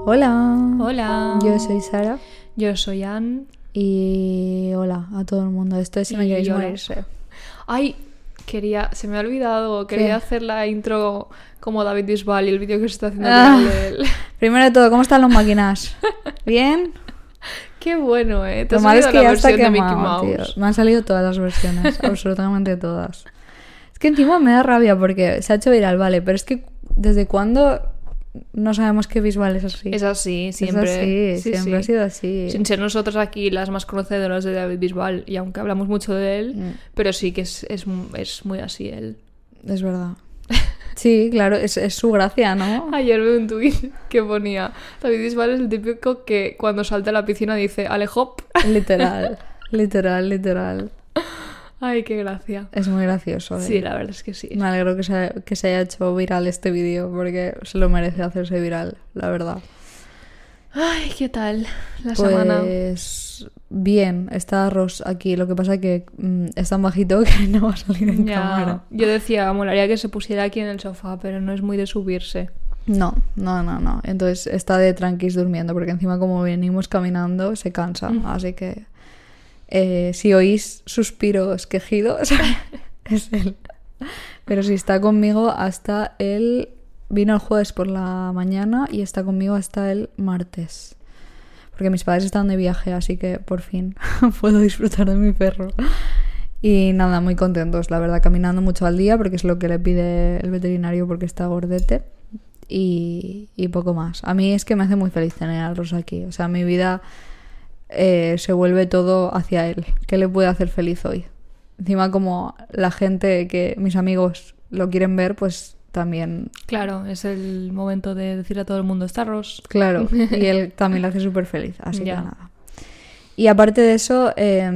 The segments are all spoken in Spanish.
Hola. Hola. Yo soy Sara. Yo soy Ann. Y hola a todo el mundo. Esto es Si me queréis morirse. Ay, se me ha olvidado. Quería hacer la intro como David Bisbal y el vídeo que se está haciendo de él. Primero de todo, ¿cómo están los máquinas? ¿Bien? Qué bueno, ¿eh? Lo malo es que ya está quemado, tío. Me han salido todas las versiones, absolutamente todas. Es que encima me da rabia porque se ha hecho viral, vale, pero es que ¿desde cuándo no sabemos que Bisbal es así? Es así, siempre. Es así, siempre ha sido así. Sin ser nosotros aquí las más conocedoras de David Bisbal, y aunque hablamos mucho de él, pero sí que es muy así él. Es verdad. Sí, claro, es su gracia, ¿no? Ayer veo un tuit que ponía: David Bisbal es el típico que cuando salta a la piscina dice "ale hop". Literal. Ay, qué gracia. Es muy gracioso. Sí, la verdad es que sí. Me alegro que se haya hecho viral este vídeo porque se lo merece hacerse viral, la verdad. Ay, ¿qué tal la semana? Pues bien, está Ross aquí. Lo que pasa es que es tan bajito que no va a salir en cámara. Yo decía, molaría que se pusiera aquí en el sofá, pero no es muy de subirse. No. Entonces está de tranquis durmiendo porque encima como venimos caminando se cansa. Así que si oís suspiros, quejidos, es él. Pero sí, está conmigo hasta el... Vino el jueves por la mañana y está conmigo hasta el martes. Porque mis padres están de viaje, así que por fin puedo disfrutar de mi perro. Y nada, muy contentos, la verdad, caminando mucho al día porque es lo que le pide el veterinario porque está gordete. Y poco más. A mí es que me hace muy feliz tener a Rosa aquí. O sea, mi vida se vuelve todo hacia él. ¿Qué le puede hacer feliz hoy? Encima como la gente que mis amigos lo quieren ver, pues... también... Claro, es el momento de decirle a todo el mundo, está Ross. Claro, y él también le hace súper feliz, así que nada. Y aparte de eso,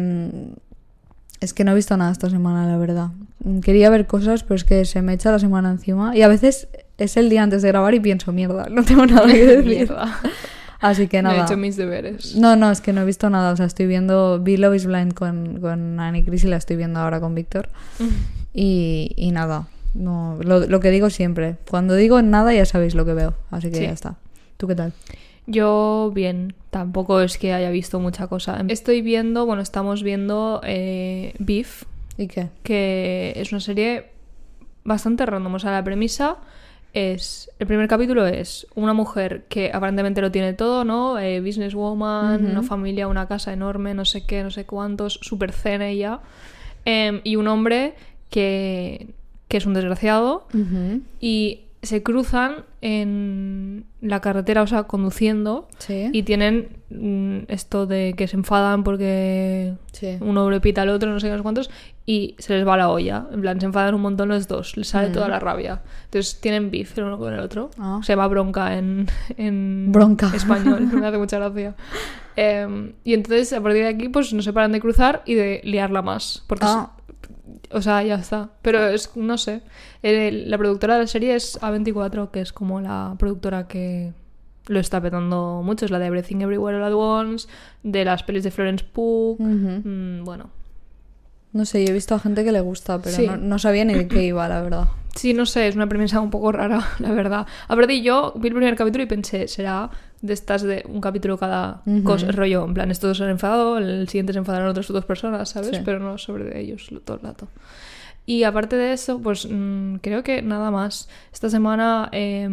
es que no he visto nada esta semana, la verdad. Quería ver cosas, pero es que se me echa la semana encima. Y a veces es el día antes de grabar y pienso, mierda, no tengo nada que decir. Así que nada. No he hecho mis deberes. No, es que no he visto nada. O sea, vi Love is Blind con Annie Chris y la estoy viendo ahora con Víctor. Y nada. No, lo que digo siempre. Cuando digo nada ya sabéis lo que veo. Así que ya está. ¿Tú qué tal? Yo bien. Tampoco es que haya visto mucha cosa. Estamos viendo Beef. ¿Y qué? Que es una serie bastante random. O sea, la premisa es... El primer capítulo es una mujer que aparentemente lo tiene todo, ¿no? Businesswoman, una familia, una casa enorme, no sé qué, no sé cuántos, súper zen ella. Y un hombre que es un desgraciado, y se cruzan en la carretera, o sea, conduciendo, y tienen esto de que se enfadan porque uno le pita al otro, no sé qué, cuántos, y se les va la olla. En plan, se enfadan un montón los dos, les sale toda la rabia. Entonces tienen beef el uno con el otro. Se llama bronca en bronca. Español, me hace mucha gracia. Y entonces, a partir de aquí, pues no se paran de cruzar y de liarla más. Porque o sea, ya está. Pero es, no sé. La productora de la serie es A24, que es como la productora que lo está petando mucho. Es la de Everything Everywhere All at Once, de las pelis de Florence Pugh. Bueno. No sé, yo he visto a gente que le gusta, pero no sabía ni de qué iba, la verdad. Sí, no sé, es una premisa un poco rara, la verdad. Aparte, yo vi el primer capítulo y pensé, será de estas de un capítulo cada cosa, rollo, en plan, estos se han enfadado, el siguiente se enfadarán otras dos personas, ¿sabes? Pero no sobre ellos todo el rato. Y aparte de eso, pues creo que nada más. Esta semana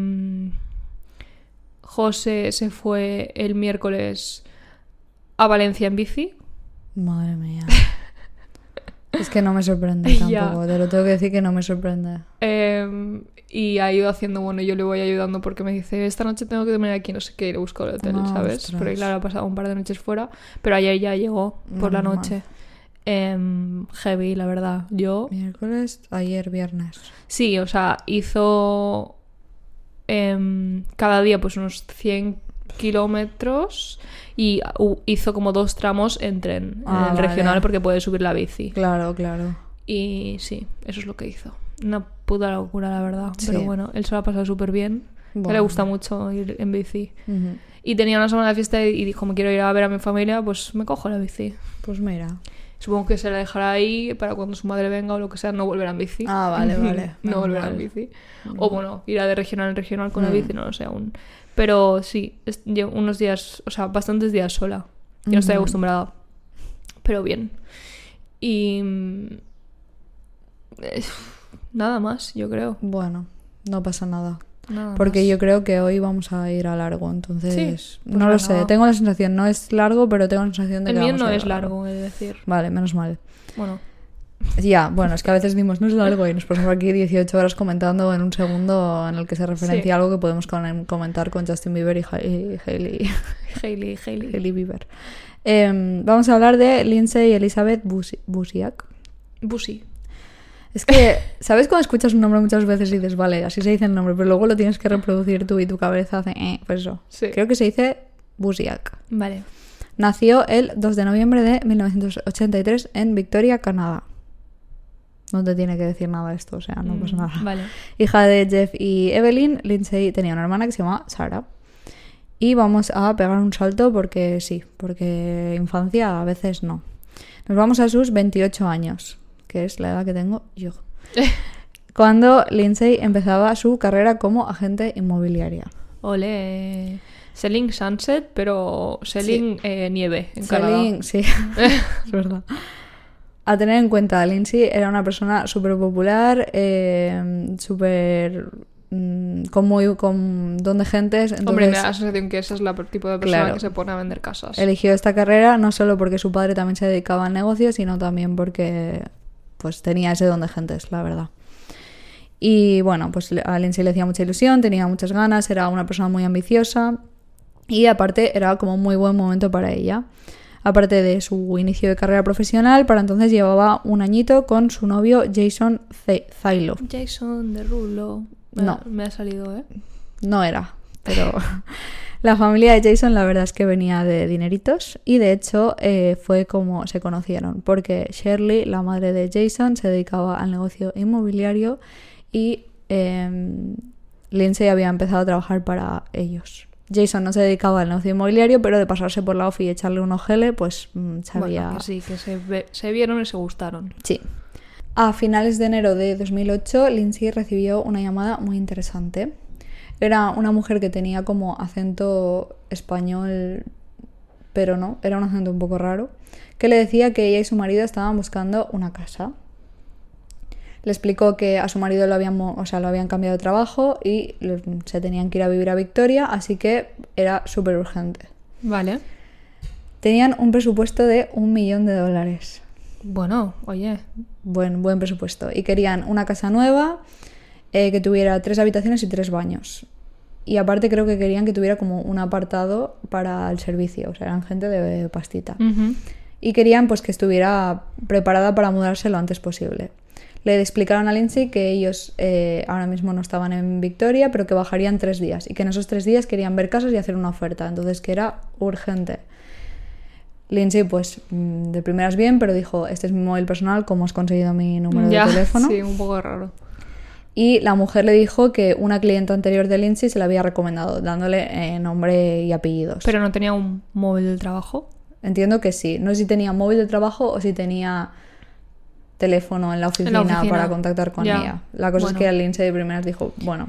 José se fue el miércoles a Valencia en bici. Madre mía. Es que no me sorprende tampoco, te lo tengo que decir que no me sorprende. Y ha ido haciendo, bueno, yo le voy ayudando porque me dice, esta noche tengo que dormir aquí, no sé qué, y le busco el hotel, ¿sabes? Ostras. Porque claro, ha pasado un par de noches fuera, pero ayer ya llegó por la noche. Heavy, la verdad. Yo... Miércoles, ayer viernes. Sí, o sea, hizo cada día pues unos 100 kilómetros y hizo como 2 tramos en tren en el regional porque puede subir la bici. Claro. Y sí, eso es lo que hizo. Una puta locura, la verdad. Pero bueno, él se lo ha pasado súper bien. Bueno. Le gusta mucho ir en bici. Y tenía una semana de fiesta y dijo, me quiero ir a ver a mi familia, pues me cojo la bici. Pues mira. Supongo que se la dejará ahí para cuando su madre venga o lo que sea, no volverá en bici. Vale. No volverá en bici. O bueno, irá de regional en regional con la bici, no lo sé aún. Pero sí, llevo unos días, o sea, bastantes días sola. Yo no estoy acostumbrada. Pero bien. Y... nada más, yo creo. Bueno, no pasa nada. Nada Porque más. yo creo que hoy vamos a ir a largo, entonces... Sí, pues no lo venga, sé, va. tengo la sensación, no es largo, pero tengo la sensación de El que mío vamos no a ir es a largo, he de decir. Vale, menos mal. Bueno, Ya, bueno, es que a veces dimos, no es largo y nos pasamos aquí 18 horas comentando en un segundo en el que se referencia Sí. a algo que podemos comentar con Justin Bieber y Hailey Hailey. Bieber. Vamos a hablar de Lindsay Elizabeth Busiak. Busi. Es que, ¿sabes cuando escuchas un nombre muchas veces y dices, vale, así se dice el nombre, pero luego lo tienes que reproducir tú y tu cabeza hace, pues eso. Sí. Creo que se dice Busiak. Vale. Nació el 2 de noviembre de 1983 en Victoria, Canadá. No te tiene que decir nada esto, o sea, no pasa nada. Vale. Hija de Jeff y Evelyn, Lindsay tenía una hermana que se llamaba Sarah. Y vamos a pegar un salto porque sí, porque infancia a veces no. Nos vamos a sus 28 años, que es la edad que tengo yo. Cuando Lindsay empezaba su carrera como agente inmobiliaria. Ole. Selling Sunset, pero Selling nieve en Canadá. Selling, sí, es verdad. A tener en cuenta, Lindsay era una persona súper popular, súper... con don de gentes. Entonces, Hombre, me da la sensación que esa es la tipo de persona Claro. que se pone a vender casas. eligió esta carrera no solo porque su padre también se dedicaba al negocio, sino también porque pues tenía ese don de gentes, la verdad. Y bueno, pues a Lindsay le hacía mucha ilusión, tenía muchas ganas, era una persona muy ambiciosa y aparte era como un muy buen momento para ella. Aparte de su inicio de carrera profesional, para entonces llevaba un añito con su novio Jason Zailo. Jason Derulo. No. Me ha salido, ¿eh? No era, pero la familia de Jason la verdad es que venía de dineritos y de hecho fue como se conocieron, porque Shirley, la madre de Jason, se dedicaba al negocio inmobiliario y Lindsay había empezado a trabajar para ellos. Jason no se dedicaba al negocio inmobiliario, pero de pasarse por la ofi y echarle un ojele, pues sabía... Bueno, que sí, que se vieron y se gustaron. Sí. A finales de enero de 2008, Lindsay recibió una llamada muy interesante. Era una mujer que tenía como acento español, pero no, era un acento un poco raro, que le decía que ella y su marido estaban buscando una casa. Le explicó que a su marido lo habían cambiado de trabajo y se tenían que ir a vivir a Victoria, así que era súper urgente. Vale. Tenían un presupuesto de $1 millón. Bueno, oye. Buen presupuesto. Y querían una casa nueva que tuviera 3 habitaciones y 3 baños. Y aparte creo que querían que tuviera como un apartado para el servicio. O sea, eran gente de pastita. Ujú. Y querían pues que estuviera preparada para mudarse lo antes posible. Le explicaron a Lindsay que ellos ahora mismo no estaban en Victoria, pero que bajarían 3 días. Y que en esos 3 días querían ver casas y hacer una oferta. Entonces que era urgente. Lindsay, pues, de primeras bien, pero dijo, este es mi móvil personal, ¿cómo has conseguido mi número de teléfono? Sí, un poco raro. Y la mujer le dijo que una clienta anterior de Lindsay se la había recomendado, dándole nombre y apellidos. Pero no tenía un móvil del trabajo. Entiendo que sí. No sé si tenía móvil de trabajo o si tenía teléfono en la oficina para contactar con ella. La cosa es que Lindsay de primeras dijo, bueno...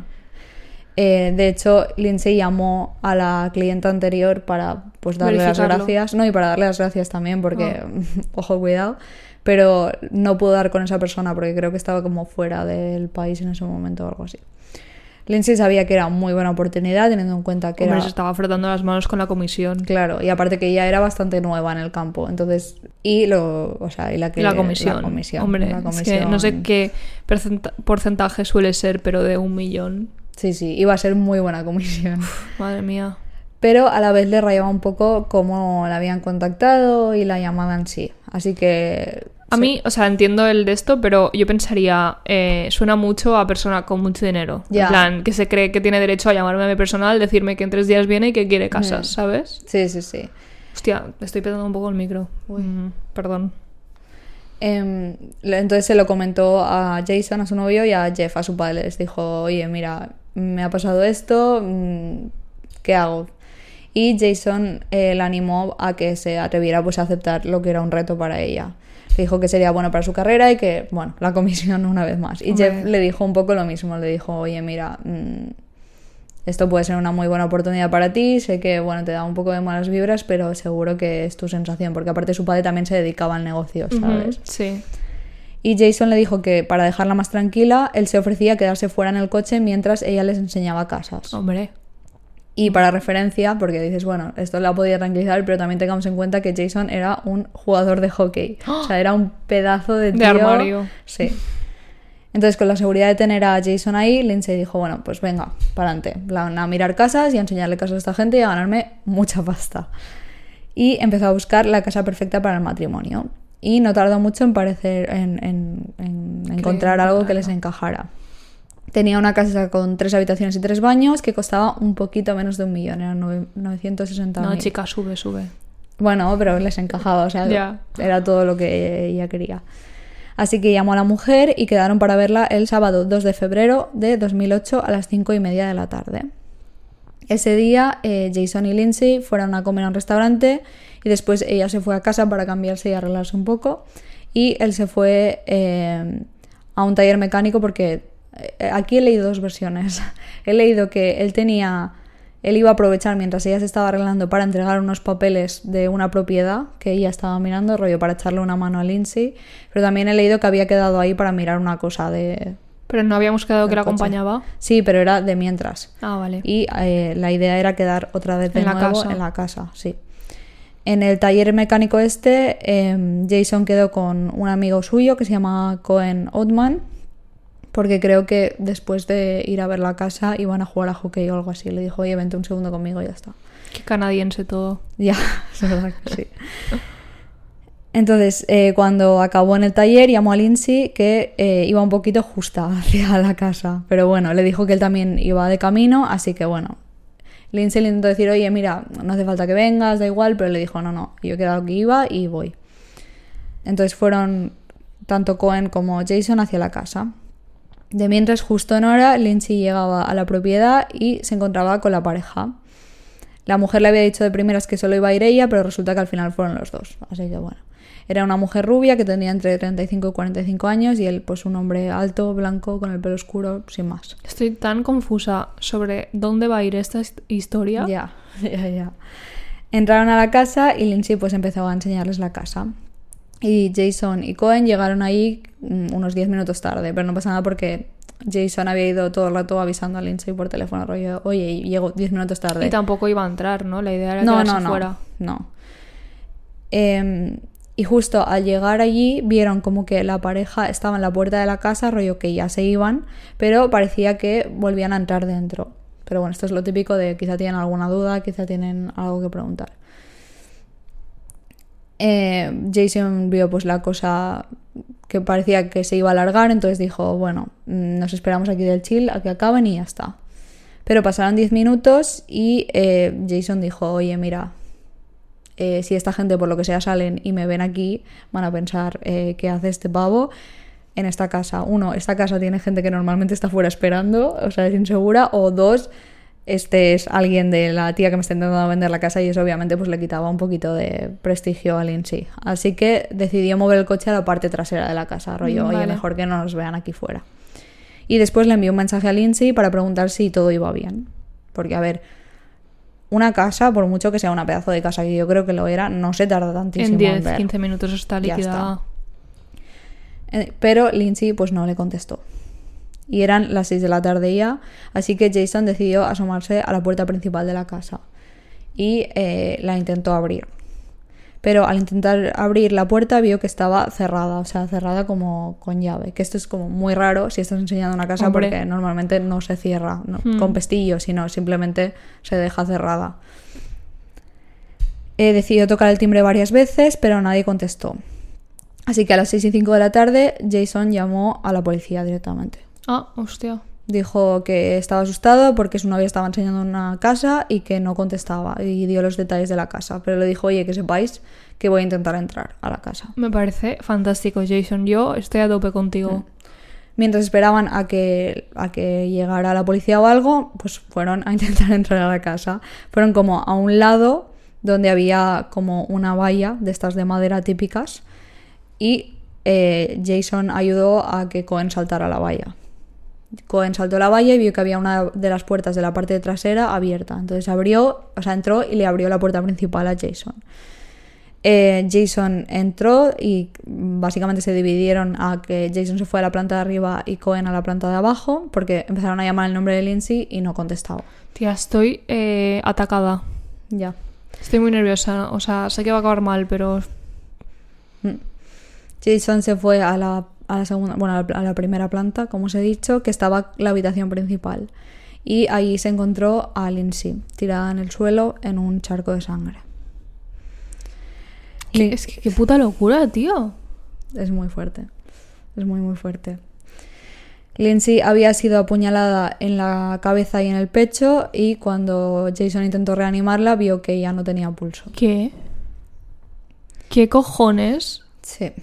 de hecho, Lindsay llamó a la clienta anterior para pues darle las gracias. No, y para darle las gracias también, porque, ojo, cuidado. Pero no pudo dar con esa persona porque creo que estaba como fuera del país en ese momento o algo así. Lindsay sabía que era muy buena oportunidad, teniendo en cuenta que se estaba frotando las manos con la comisión. Claro, y aparte que ella era bastante nueva en el campo, entonces... Y la comisión. Hombre, la comisión. Es que no sé qué porcentaje suele ser, pero de 1 millón... Sí, iba a ser muy buena comisión. Madre mía. Pero a la vez le rayaba un poco cómo la habían contactado y la llamada en sí. Así que... A mí, o sea, entiendo el de esto, pero yo pensaría, suena mucho a persona con mucho dinero. Ya. En plan, que se cree que tiene derecho a llamarme a mi personal, decirme que en 3 días viene y que quiere casas, ¿sabes? Sí. Hostia, estoy petando un poco el micro. Perdón. Entonces se lo comentó a Jason, a su novio, y a Jeff, a su padre. Les dijo, oye, mira, me ha pasado esto, ¿qué hago? Y Jason la animó a que se atreviera pues a aceptar lo que era un reto para ella. Le dijo que sería bueno para su carrera y que, bueno, la comisión una vez más. Y Jeff le dijo un poco lo mismo, le dijo, oye, mira, esto puede ser una muy buena oportunidad para ti, sé que, bueno, te da un poco de malas vibras, pero seguro que es tu sensación, porque aparte su padre también se dedicaba al negocio, ¿sabes? Sí. Y Jason le dijo que para dejarla más tranquila, él se ofrecía a quedarse fuera en el coche mientras ella les enseñaba casas. Hombre. Y para referencia, porque dices, bueno, esto la podía tranquilizar, pero también tengamos en cuenta que Jason era un jugador de hockey. O sea, era un pedazo de tío. De armario. Sí. Entonces, con la seguridad de tener a Jason ahí, Lindsay dijo, bueno, pues venga, para adelante. A mirar casas y a enseñarle casas a esta gente y a ganarme mucha pasta. Y empezó a buscar la casa perfecta para el matrimonio. Y no tardó mucho en encontrar algo que les encajara. Tenía una casa con 3 habitaciones y 3 baños que costaba un poquito menos de 1 millón, eran 960.000. No, chica, sube. Bueno, pero les encajaba, o sea, era todo lo que ella quería. Así que llamó a la mujer y quedaron para verla el sábado 2 de febrero de 2008 a las 5:30 de la tarde. Ese día Jason y Lindsay fueron a comer a un restaurante y después ella se fue a casa para cambiarse y arreglarse un poco y él se fue a un taller mecánico porque aquí he leído 2 versiones. He leído que él iba a aprovechar mientras ella se estaba arreglando para entregar unos papeles de una propiedad que ella estaba mirando, rollo para echarle una mano a Lindsay, pero también he leído que había quedado ahí para mirar una cosa de... Pero no habíamos quedado que la acompañaba. Sí, pero era de mientras. Ah, vale. Y la idea era quedar otra vez de nuevo en la casa, sí. En el taller mecánico Jason quedó con un amigo suyo que se llama Cohen Oldman, porque creo que después de ir a ver la casa iban a jugar a hockey o algo así. Le dijo, oye, vente un segundo conmigo y ya está. Qué canadiense todo. Ya, es verdad que sí. Entonces, cuando acabó en el taller, llamó a Lindsay que iba un poquito justa hacia la casa. Pero bueno, le dijo que él también iba de camino, así que bueno. Lindsay le intentó decir, oye, mira, no hace falta que vengas, da igual, pero le dijo, no, yo he quedado que iba y voy. Entonces fueron tanto Cohen como Jason hacia la casa. De mientras, justo en hora, Lindsay llegaba a la propiedad y se encontraba con la pareja. La mujer le había dicho de primeras que solo iba a ir ella, pero resulta que al final fueron los dos. Así que bueno. Era una mujer rubia que tenía entre 35 y 45 años y él, pues un hombre alto, blanco, con el pelo oscuro, sin más. Estoy tan confusa sobre dónde va a ir esta historia. Ya. Entraron a la casa y Lindsay pues empezó a enseñarles la casa. Y Jason y Cohen llegaron ahí unos 10 minutos tarde, pero no pasa nada porque Jason había ido todo el rato avisando a Lindsay por teléfono, rollo, oye, llego 10 minutos tarde. Y tampoco iba a entrar, ¿no? La idea era quedarse fuera. No. Y justo al llegar allí vieron como que la pareja estaba en la puerta de la casa, rollo que ya se iban, pero parecía que volvían a entrar dentro. Pero bueno, esto es lo típico de quizá tienen alguna duda, quizá tienen algo que preguntar. Jason vio pues la cosa que parecía que se iba a alargar, entonces dijo, bueno, nos esperamos aquí del chill a que acaben y ya está. Pero pasaron 10 minutos y Jason dijo, oye, mira, si esta gente por lo que sea salen y me ven aquí, van a pensar ¿qué hace este pavo en esta casa? 1, esta casa tiene gente que normalmente está fuera esperando, o sea, es insegura, o 2, este es alguien de la tía que me está intentando vender la casa y eso obviamente pues le quitaba un poquito de prestigio a Lindsay. Así que decidió mover el coche a la parte trasera de la casa, rollo, oye, mejor que no nos vean aquí fuera. Y después le envió un mensaje a Lindsay para preguntar si todo iba bien. Porque, a ver, una casa, por mucho que sea una pedazo de casa, que yo creo que lo era, no se tarda tantísimo en 10-15 minutos está liquidada. Pero Lindsay pues no le contestó. Y eran las 6 de la tarde ya, así que Jason decidió asomarse a la puerta principal de la casa y la intentó abrir. Pero al intentar abrir la puerta vio que estaba cerrada, o sea, cerrada como con llave. Que esto es como muy raro si estás enseñando una casa. Hombre. Porque normalmente no se cierra con pestillo, sino simplemente se deja cerrada. Decidió tocar el timbre varias veces, pero nadie contestó. Así que a las 6:05 de la tarde Jason llamó a la policía directamente. Ah, hostia. Dijo que estaba asustado porque su novia estaba enseñando una casa y que no contestaba y dio los detalles de la casa. Pero le dijo, oye, que sepáis que voy a intentar entrar a la casa. Me parece fantástico, Jason. Yo estoy a tope contigo. Mientras esperaban a que llegara la policía o algo, pues fueron a intentar entrar a la casa. Fueron como a un lado donde había como una valla de estas de madera típicas y Jason ayudó a que Cohen saltara la valla. Cohen saltó la valla y vio que había una de las puertas de la parte trasera abierta. Entonces entró y le abrió la puerta principal a Jason. Jason entró y básicamente se dividieron a que Jason se fue a la planta de arriba y Cohen a la planta de abajo, porque empezaron a llamar el nombre de Lindsay y no contestaba. Tía, estoy atacada. Ya. Estoy muy nerviosa. O sea, sé que va a acabar mal, pero... Jason se fue a la segunda, bueno, a la primera planta, como os he dicho, que estaba la habitación principal. Y ahí se encontró a Lindsay, tirada en el suelo en un charco de sangre. Es que qué puta locura, tío. Es muy fuerte. Es muy, muy fuerte. Lindsay había sido apuñalada en la cabeza y en el pecho, y cuando Jason intentó reanimarla, vio que ya no tenía pulso. ¿Qué? ¿Qué cojones? Sí.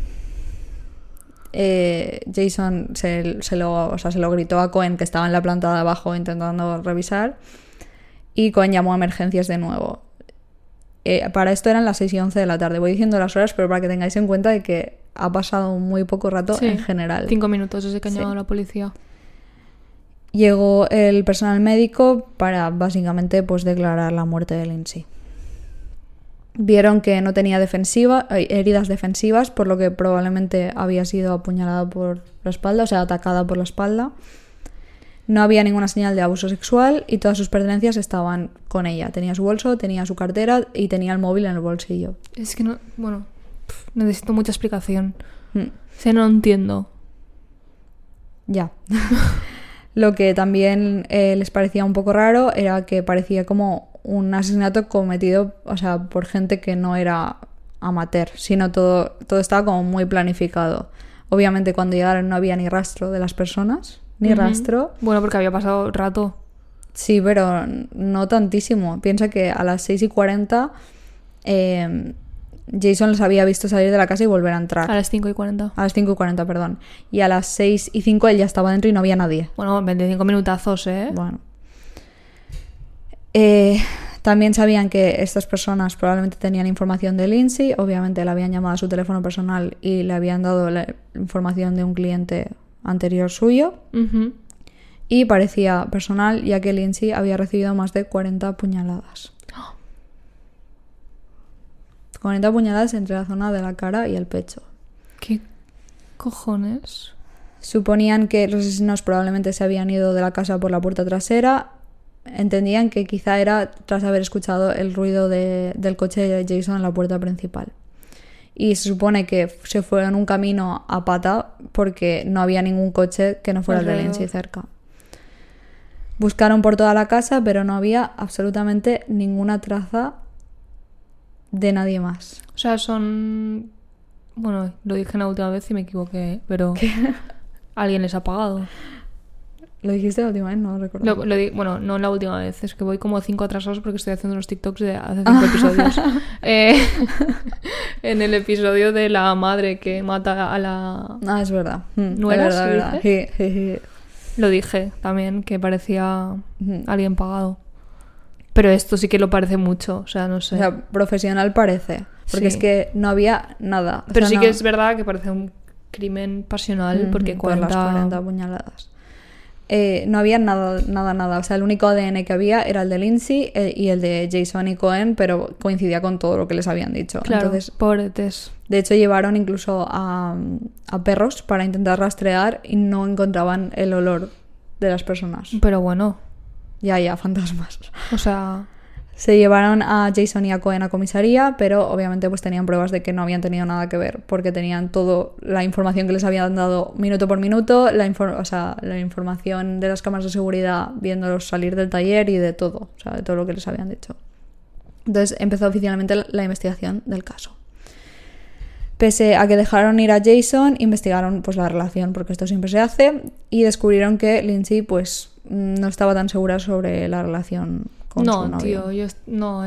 Jason se lo gritó a Cohen, que estaba en la planta de abajo intentando revisar, y Cohen llamó a emergencias de nuevo. Para esto eran las 6:11 de la tarde. Voy diciendo las horas, pero para que tengáis en cuenta de que ha pasado muy poco rato en general. 5 minutos desde que han llamado a la policía. Llegó el personal médico para básicamente pues declarar la muerte de Lindsay. Vieron que no tenía heridas defensivas, por lo que probablemente había sido apuñalada por la espalda, o sea, atacada por la espalda. No había ninguna señal de abuso sexual y todas sus pertenencias estaban con ella. Tenía su bolso, tenía su cartera y tenía el móvil en el bolsillo. Es que no... Bueno, necesito mucha explicación. O sea, no entiendo. Ya. Lo que también les parecía un poco raro era que parecía como un asesinato cometido, o sea, por gente que no era amateur, sino todo estaba como muy planificado. Obviamente cuando llegaron no había ni rastro de las personas, ni rastro. Bueno, porque había pasado rato. Sí, pero no tantísimo. Piensa que a las 6:40 Jason los había visto salir de la casa y volver a entrar. A las 5:40. A las 5:40, perdón. Y a las 6:05 él ya estaba dentro y no había nadie. Bueno, 25 minutazos, ¿eh? Bueno. También sabían que estas personas probablemente tenían información de Lindsay. Obviamente le habían llamado a su teléfono personal y le habían dado la información de un cliente anterior suyo. Y parecía personal, ya que Lindsay había recibido más de 40 puñaladas. 40 puñaladas entre la zona de la cara y el pecho. ¿Qué cojones? Suponían que los asesinos probablemente se habían ido de la casa por la puerta trasera. Entendían que quizá era tras haber escuchado el ruido del coche de Jason en la puerta principal. Y se supone que se fueron un camino a pata porque no había ningún coche que no fuera el de Lindsay cerca. Buscaron por toda la casa, pero no había absolutamente ninguna traza de nadie más. O sea, son... Bueno, lo dije la última vez y me equivoqué, pero... Alguien les ha pagado. ¿Lo dijiste la última vez? No lo recuerdo. Bueno, no la última vez. Es que voy como 5 atrasados porque estoy haciendo unos TikToks de hace 5 episodios. En el episodio de la madre que mata a la... Ah, es verdad. ¿Nueras? Es verdad. Sí. Lo dije también, que parecía alguien pagado. Pero esto sí que lo parece mucho, o sea, no sé. O sea, profesional parece. Porque Sí. es que no había nada. O Pero sea, sí no... que es verdad que parece un crimen pasional porque por las 40 puñaladas. No había nada. O sea, el único ADN que había era el de Lindsay y el de Jason y Cohen, pero coincidía con todo lo que les habían dicho. Claro, Entonces, pobretes. de hecho, llevaron incluso a perros para intentar rastrear y no encontraban el olor de las personas. Pero bueno, Ya, fantasmas. o sea... Se llevaron a Jason y a Cohen a comisaría, pero obviamente pues tenían pruebas de que no habían tenido nada que ver, porque tenían toda la información que les habían dado minuto por minuto, la información de las cámaras de seguridad viéndolos salir del taller y de todo, o sea, de todo lo que les habían dicho. Entonces empezó oficialmente la investigación del caso. Pese a que dejaron ir a Jason, investigaron pues la relación, porque esto siempre se hace, y descubrieron que Lindsay pues no estaba tan segura sobre la relación con su novio. No, tío, yo... No,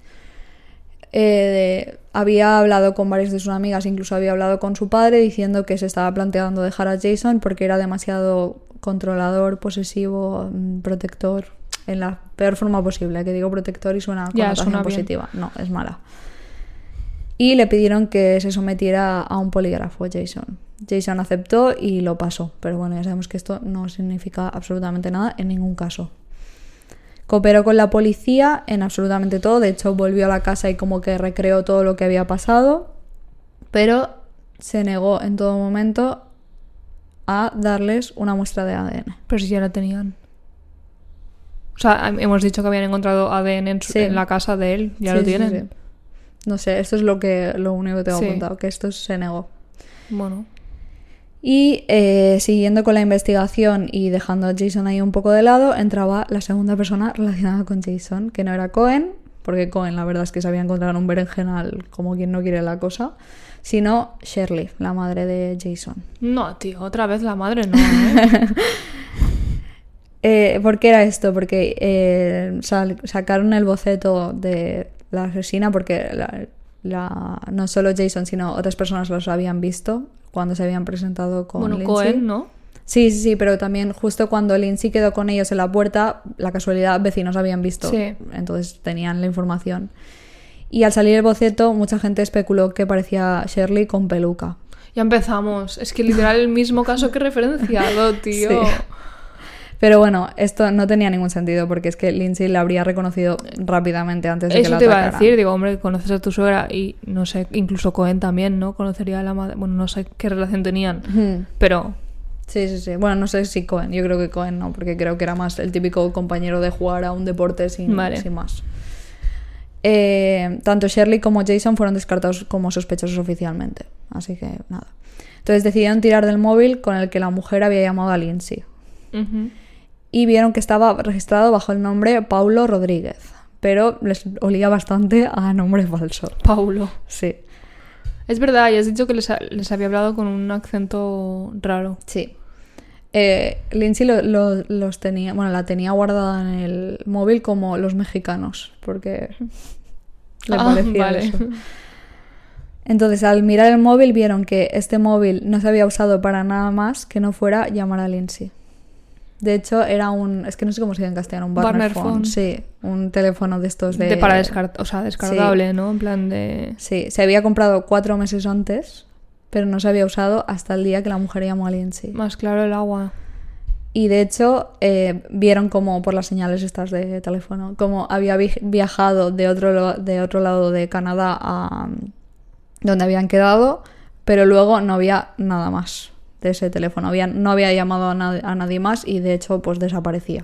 había hablado con varias de sus amigas, incluso había hablado con su padre diciendo que se estaba planteando dejar a Jason porque era demasiado controlador, posesivo, protector, en la peor forma posible. Que digo protector y suena connotación positiva. No, es mala. y le pidieron que se sometiera a un polígrafo, Jason. Jason aceptó y lo pasó, pero bueno, ya sabemos que esto no significa absolutamente nada en ningún caso. Cooperó con la policía en absolutamente todo, de hecho volvió a la casa y como que recreó todo lo que había pasado, pero se negó en todo momento a darles una muestra de ADN. Pero si ya la tenían. O sea, hemos dicho que habían encontrado ADN en la casa de él, ya lo tienen. Sí. No sé, esto es lo único que tengo apuntado, que esto se negó. Bueno. Y siguiendo con la investigación y dejando a Jason ahí un poco de lado, entraba la segunda persona relacionada con Jason, que no era Cohen, porque Cohen la verdad es que se había encontrado en un berenjenal como quien no quiere la cosa, sino Shirley, la madre de Jason. No, tío, otra vez la madre no, ¿Por qué era esto? Porque sacaron el boceto de la asesina porque no solo Jason, sino otras personas los habían visto cuando se habían presentado con Lindsay. Cohen, ¿no? Sí, pero también justo cuando Lindsay quedó con ellos en la puerta, la casualidad, vecinos habían visto. Sí. Entonces tenían la información. Y al salir el boceto, mucha gente especuló que parecía Shirley con peluca. Ya empezamos. Es que literal el mismo caso que referenciado, tío. Sí. Pero bueno, esto no tenía ningún sentido porque es que Lindsay la habría reconocido rápidamente antes de que la atacaran. Eso te iba a decir, digo, hombre, conoces a tu suegra y no sé, incluso Cohen también, ¿no? Conocería a la madre, bueno, no sé qué relación tenían, pero... Sí. Bueno, no sé si Cohen, yo creo que Cohen no, porque creo que era más el típico compañero de jugar a un deporte sin más. Tanto Shirley como Jason fueron descartados como sospechosos oficialmente, así que nada. Entonces decidieron tirar del móvil con el que la mujer había llamado a Lindsay. Y vieron que estaba registrado bajo el nombre Paulo Rodríguez, pero les olía bastante a nombre falso. Paulo. Sí. Es verdad, ya has dicho que les había hablado con un acento raro. Sí. Lindsay los tenía, bueno, la tenía guardada en el móvil como los mexicanos, porque le parecía eso. Entonces, al mirar el móvil, vieron que este móvil no se había usado para nada más que no fuera llamar a Lindsay. De hecho, era es que no sé cómo se dice en castellano, un burner phone. Sí, un teléfono de estos de... para descartable, sí. ¿no? En plan de... Sí, se había comprado 4 meses antes, pero no se había usado hasta el día que la mujer llamó a Lindsay. Más claro el agua. Y de hecho, vieron como por las señales estas de teléfono, como había viajado de otro lado de Canadá a donde habían quedado, pero luego no había nada más de ese teléfono. No había llamado a nadie más y de hecho pues desaparecía.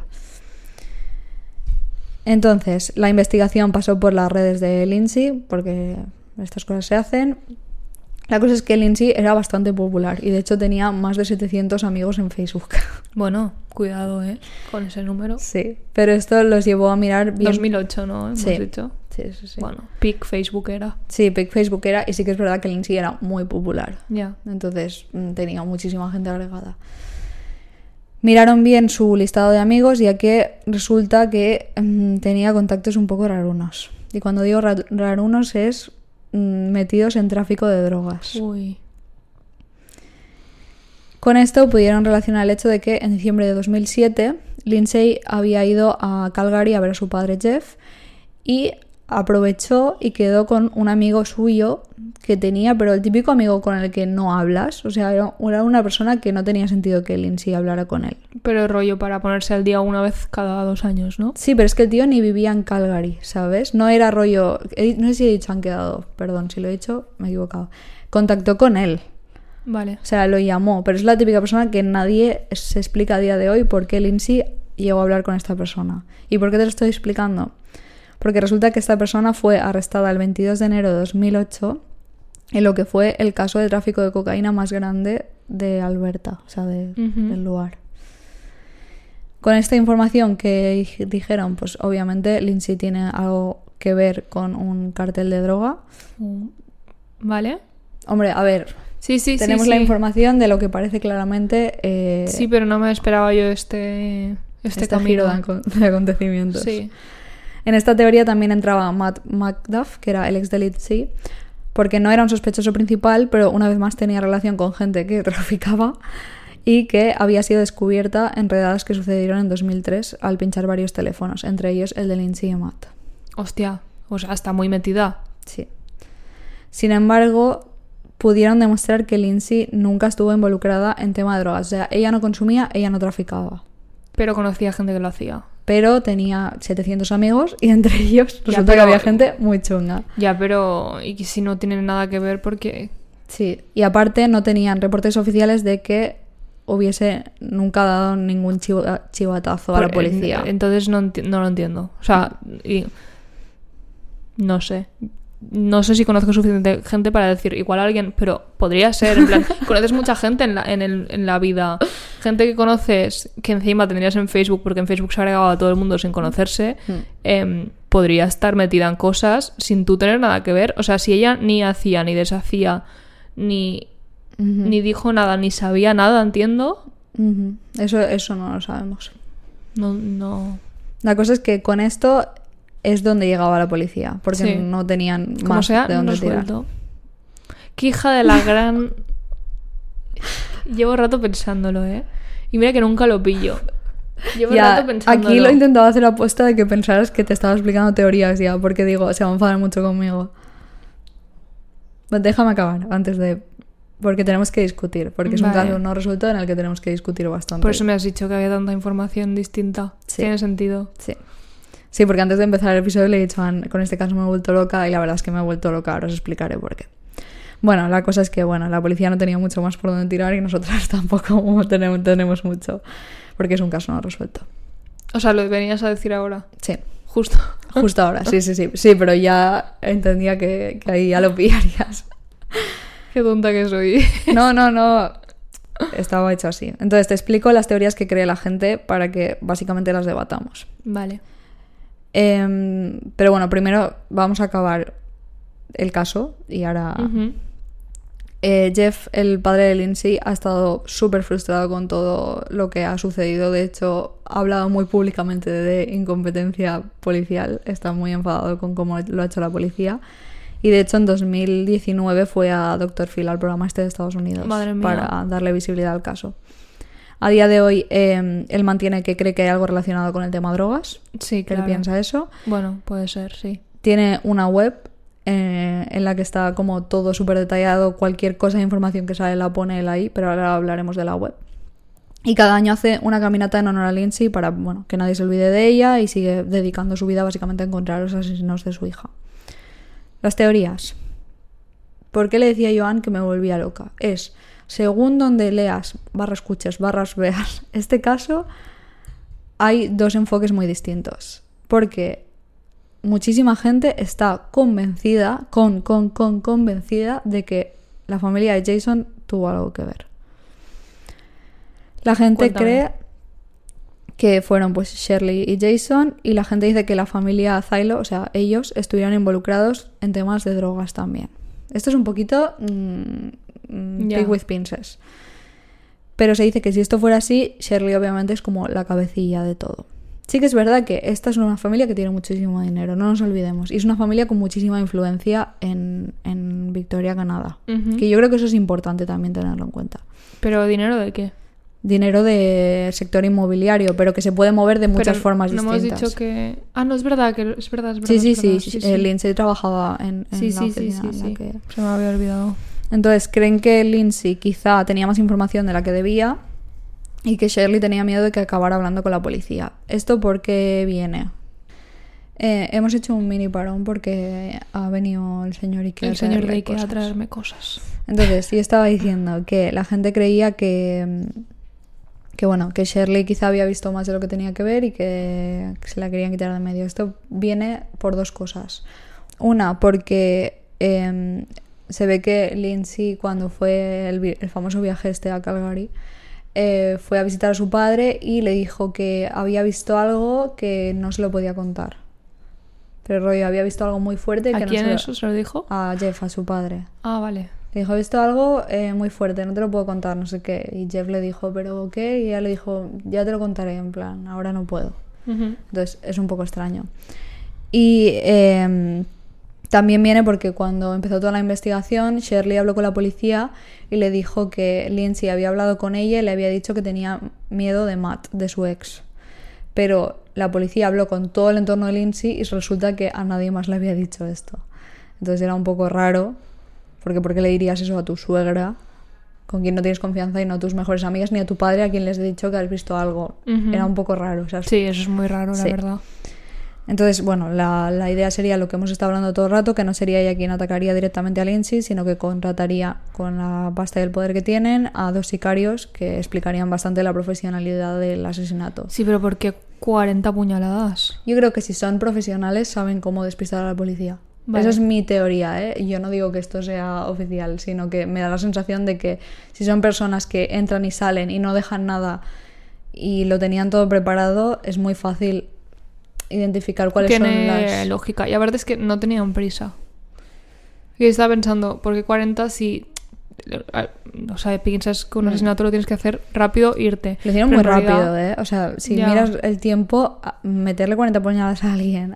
Entonces la investigación pasó por las redes de Lindsay porque estas cosas se hacen. La cosa es que Lindsay era bastante popular y de hecho tenía más de 700 amigos en Facebook. Bueno, cuidado, con ese número. Sí, pero esto los llevó a mirar bien... 2008, ¿no? Hemos dicho. Sí. Bueno, peak Facebook era. Sí, peak Facebook era, y sí que es verdad que Lindsay era muy popular. Ya. Entonces tenía muchísima gente agregada. Miraron bien su listado de amigos, ya que resulta que tenía contactos un poco rarunos. Y cuando digo rarunos es metidos en tráfico de drogas. Uy. Con esto pudieron relacionar el hecho de que en diciembre de 2007 Lindsay había ido a Calgary a ver a su padre Jeff y aprovechó y quedó con un amigo suyo que tenía, pero el típico amigo con el que no hablas, o sea, era una persona que no tenía sentido que Lindsay hablara con él. Pero rollo para ponerse al día una vez cada 2 años, ¿no? Sí, pero es que el tío ni vivía en Calgary, ¿sabes? No era rollo... No sé si he dicho han quedado, perdón, si lo he dicho, me he equivocado. Contactó con él. Vale. O sea, lo llamó, pero es la típica persona que nadie se explica a día de hoy por qué Lindsay llegó a hablar con esta persona. ¿Y por qué te lo estoy explicando? Porque resulta que esta persona fue arrestada el 22 de enero de 2008 en lo que fue el caso de tráfico de cocaína más grande de Alberta, o sea, del lugar. Con esta información que dijeron, pues obviamente Lindsay tiene algo que ver con un cartel de droga. Vale. Hombre, a ver, sí, tenemos la información de lo que parece claramente... sí, pero no me esperaba yo este giro de acontecimientos. Sí. En esta teoría también entraba Matt McDuff, que era el ex de Lindsay, porque no era un sospechoso principal, pero una vez más tenía relación con gente que traficaba y que había sido descubierta en redadas que sucedieron en 2003 al pinchar varios teléfonos, entre ellos el de Lindsay y Matt. Hostia, o sea, está muy metida. Sí. Sin embargo, pudieron demostrar que Lindsay nunca estuvo involucrada en tema de drogas. O sea, ella no consumía, ella no traficaba. Pero conocía gente que lo hacía. Pero tenía 700 amigos y entre ellos resulta pero, que había gente muy chunga. Ya, pero ¿y si no tienen nada que ver? Porque... Sí, y aparte no tenían reportes oficiales de que hubiese nunca dado ningún chivatazo a la policía. Entonces no lo entiendo. O sea, no sé. No sé si conozco suficiente gente para decir igual a alguien, pero podría ser, en plan, conoces mucha gente en la vida, gente que conoces que encima tendrías en Facebook, porque en Facebook se agregaba a todo el mundo sin conocerse, podría estar metida en cosas sin tú tener nada que ver. O sea, si ella ni hacía, ni deshacía, ni dijo nada, ni sabía nada, entiendo. Eso no lo sabemos. No. La cosa es que con esto es donde llegaba la policía, porque no tenían más de dónde tirar. Qué hija de la gran... Llevo rato pensándolo, ¿eh? Y mira que nunca lo pillo. Llevo rato pensándolo. Aquí lo he intentado hacer apuesta de que pensaras que te estaba explicando teorías ya, porque digo, se va a enfadar mucho conmigo. Déjame acabar antes de... Porque tenemos que discutir, porque es un caso no resuelto en el que tenemos que discutir bastante. Por eso me has dicho que había tanta información distinta. Sí. Tiene sentido. Sí, porque antes de empezar el episodio le he dicho a Anne, con este caso me he vuelto loca, y la verdad es que me he vuelto loca, ahora os explicaré por qué. Bueno, la cosa es que la policía no tenía mucho más por donde tirar y nosotras tampoco tenemos mucho, porque es un caso no resuelto. O sea, ¿lo venías a decir ahora? Sí. Justo ahora, sí, pero ya entendía que ahí ya lo pillarías. Qué tonta que soy. No. Estaba hecho así. Entonces te explico las teorías que cree la gente para que básicamente las debatamos. Vale. Pero bueno, primero vamos a acabar el caso y ahora... Jeff, el padre de Lindsay, ha estado súper frustrado con todo lo que ha sucedido. De hecho, ha hablado muy públicamente de incompetencia policial. Está muy enfadado con cómo lo ha hecho la policía. Y de hecho en 2019 fue a Dr. Phil, al programa este de Estados Unidos, para darle visibilidad al caso. A día de hoy él mantiene que cree que hay algo relacionado con el tema drogas. Sí, claro. Él piensa eso. Bueno, puede ser, sí. Tiene una web en la que está como todo súper detallado. Cualquier cosa de información que sale la pone él ahí, pero ahora hablaremos de la web. Y cada año hace una caminata en honor a Lindsay para que nadie se olvide de ella, y sigue dedicando su vida básicamente a encontrar a los asesinos de su hija. Las teorías. ¿Por qué le decía yo a Anne que me volvía loca? Es, según donde leas, /escuches, /veas este caso, hay dos enfoques muy distintos. Porque muchísima gente está convencida, convencida de que la familia de Jason tuvo algo que ver. La gente cree que fueron pues Shirley y Jason, y la gente dice que la familia Zylo, o sea, ellos estuvieron involucrados en temas de drogas también. Esto es un poquito take with pincers. Pero se dice que si esto fuera así, Shirley obviamente es como la cabecilla de todo. Sí que es verdad que esta es una familia que tiene muchísimo dinero, no nos olvidemos. Y es una familia con muchísima influencia en Victoria, Canadá. Que yo creo que eso es importante también tenerlo en cuenta. ¿Pero dinero de qué? Dinero de sector inmobiliario, pero que se puede mover de muchas formas distintas. No hemos dicho que... Ah, no, es verdad. Sí. Lindsay trabajaba en la oficina en la que... Se me había olvidado. Entonces, creen que Lindsay quizá tenía más información de la que debía y que Shirley tenía miedo de que acabara hablando con la policía. ¿Esto por qué viene? Hemos hecho un mini parón porque ha venido el señor Ike a traerme cosas. Entonces, yo estaba diciendo que la gente creía que Shirley quizá había visto más de lo que tenía que ver y que se la querían quitar de medio. Esto viene por dos cosas. Una, porque se ve que Lindsay, cuando fue el famoso viaje a Calgary, fue a visitar a su padre y le dijo que había visto algo que no se lo podía contar. Pero rollo, había visto algo muy fuerte. ¿A que quién no eso se lo dijo? A Jeff, a su padre. Ah, vale. Le dijo, he visto algo muy fuerte, no te lo puedo contar, no sé qué. Y Jeff le dijo, ¿pero qué? Y ella le dijo, ya te lo contaré, en plan, ahora no puedo. Entonces es un poco extraño. Y también viene porque cuando empezó toda la investigación, Shirley habló con la policía y le dijo que Lindsay había hablado con ella y le había dicho que tenía miedo de Matt, de su ex. Pero la policía habló con todo el entorno de Lindsay y resulta que a nadie más le había dicho esto. Entonces era un poco raro Porque ¿por qué le dirías eso a tu suegra, con quien no tienes confianza, y no a tus mejores amigas, ni a tu padre, a quien les he dicho que has visto algo? Era un poco raro, ¿sabes? Sí, eso es muy raro, la verdad. Entonces, bueno, la idea sería lo que hemos estado hablando todo el rato, que no sería ella quien atacaría directamente a Lindsay, sino que contrataría, con la pasta y el poder que tienen, a 2 sicarios que explicarían bastante la profesionalidad del asesinato. Sí, pero ¿por qué 40 puñaladas? Yo creo que si son profesionales saben cómo despistar a la policía. Vale. Esa es mi teoría, ¿eh? Yo no digo que esto sea oficial, sino que me da la sensación de que si son personas que entran y salen y no dejan nada y lo tenían todo preparado, es muy fácil identificar cuáles son las... Tiene lógica. Y aparte es que no tenían prisa. Y estaba pensando, porque 40 si... O sea, piensas que un asesinato lo tienes que hacer rápido, irte. Lo hicieron pero muy en realidad... rápido, ¿eh? O sea, si Ya. miras el tiempo, meterle 40 puñaladas a alguien,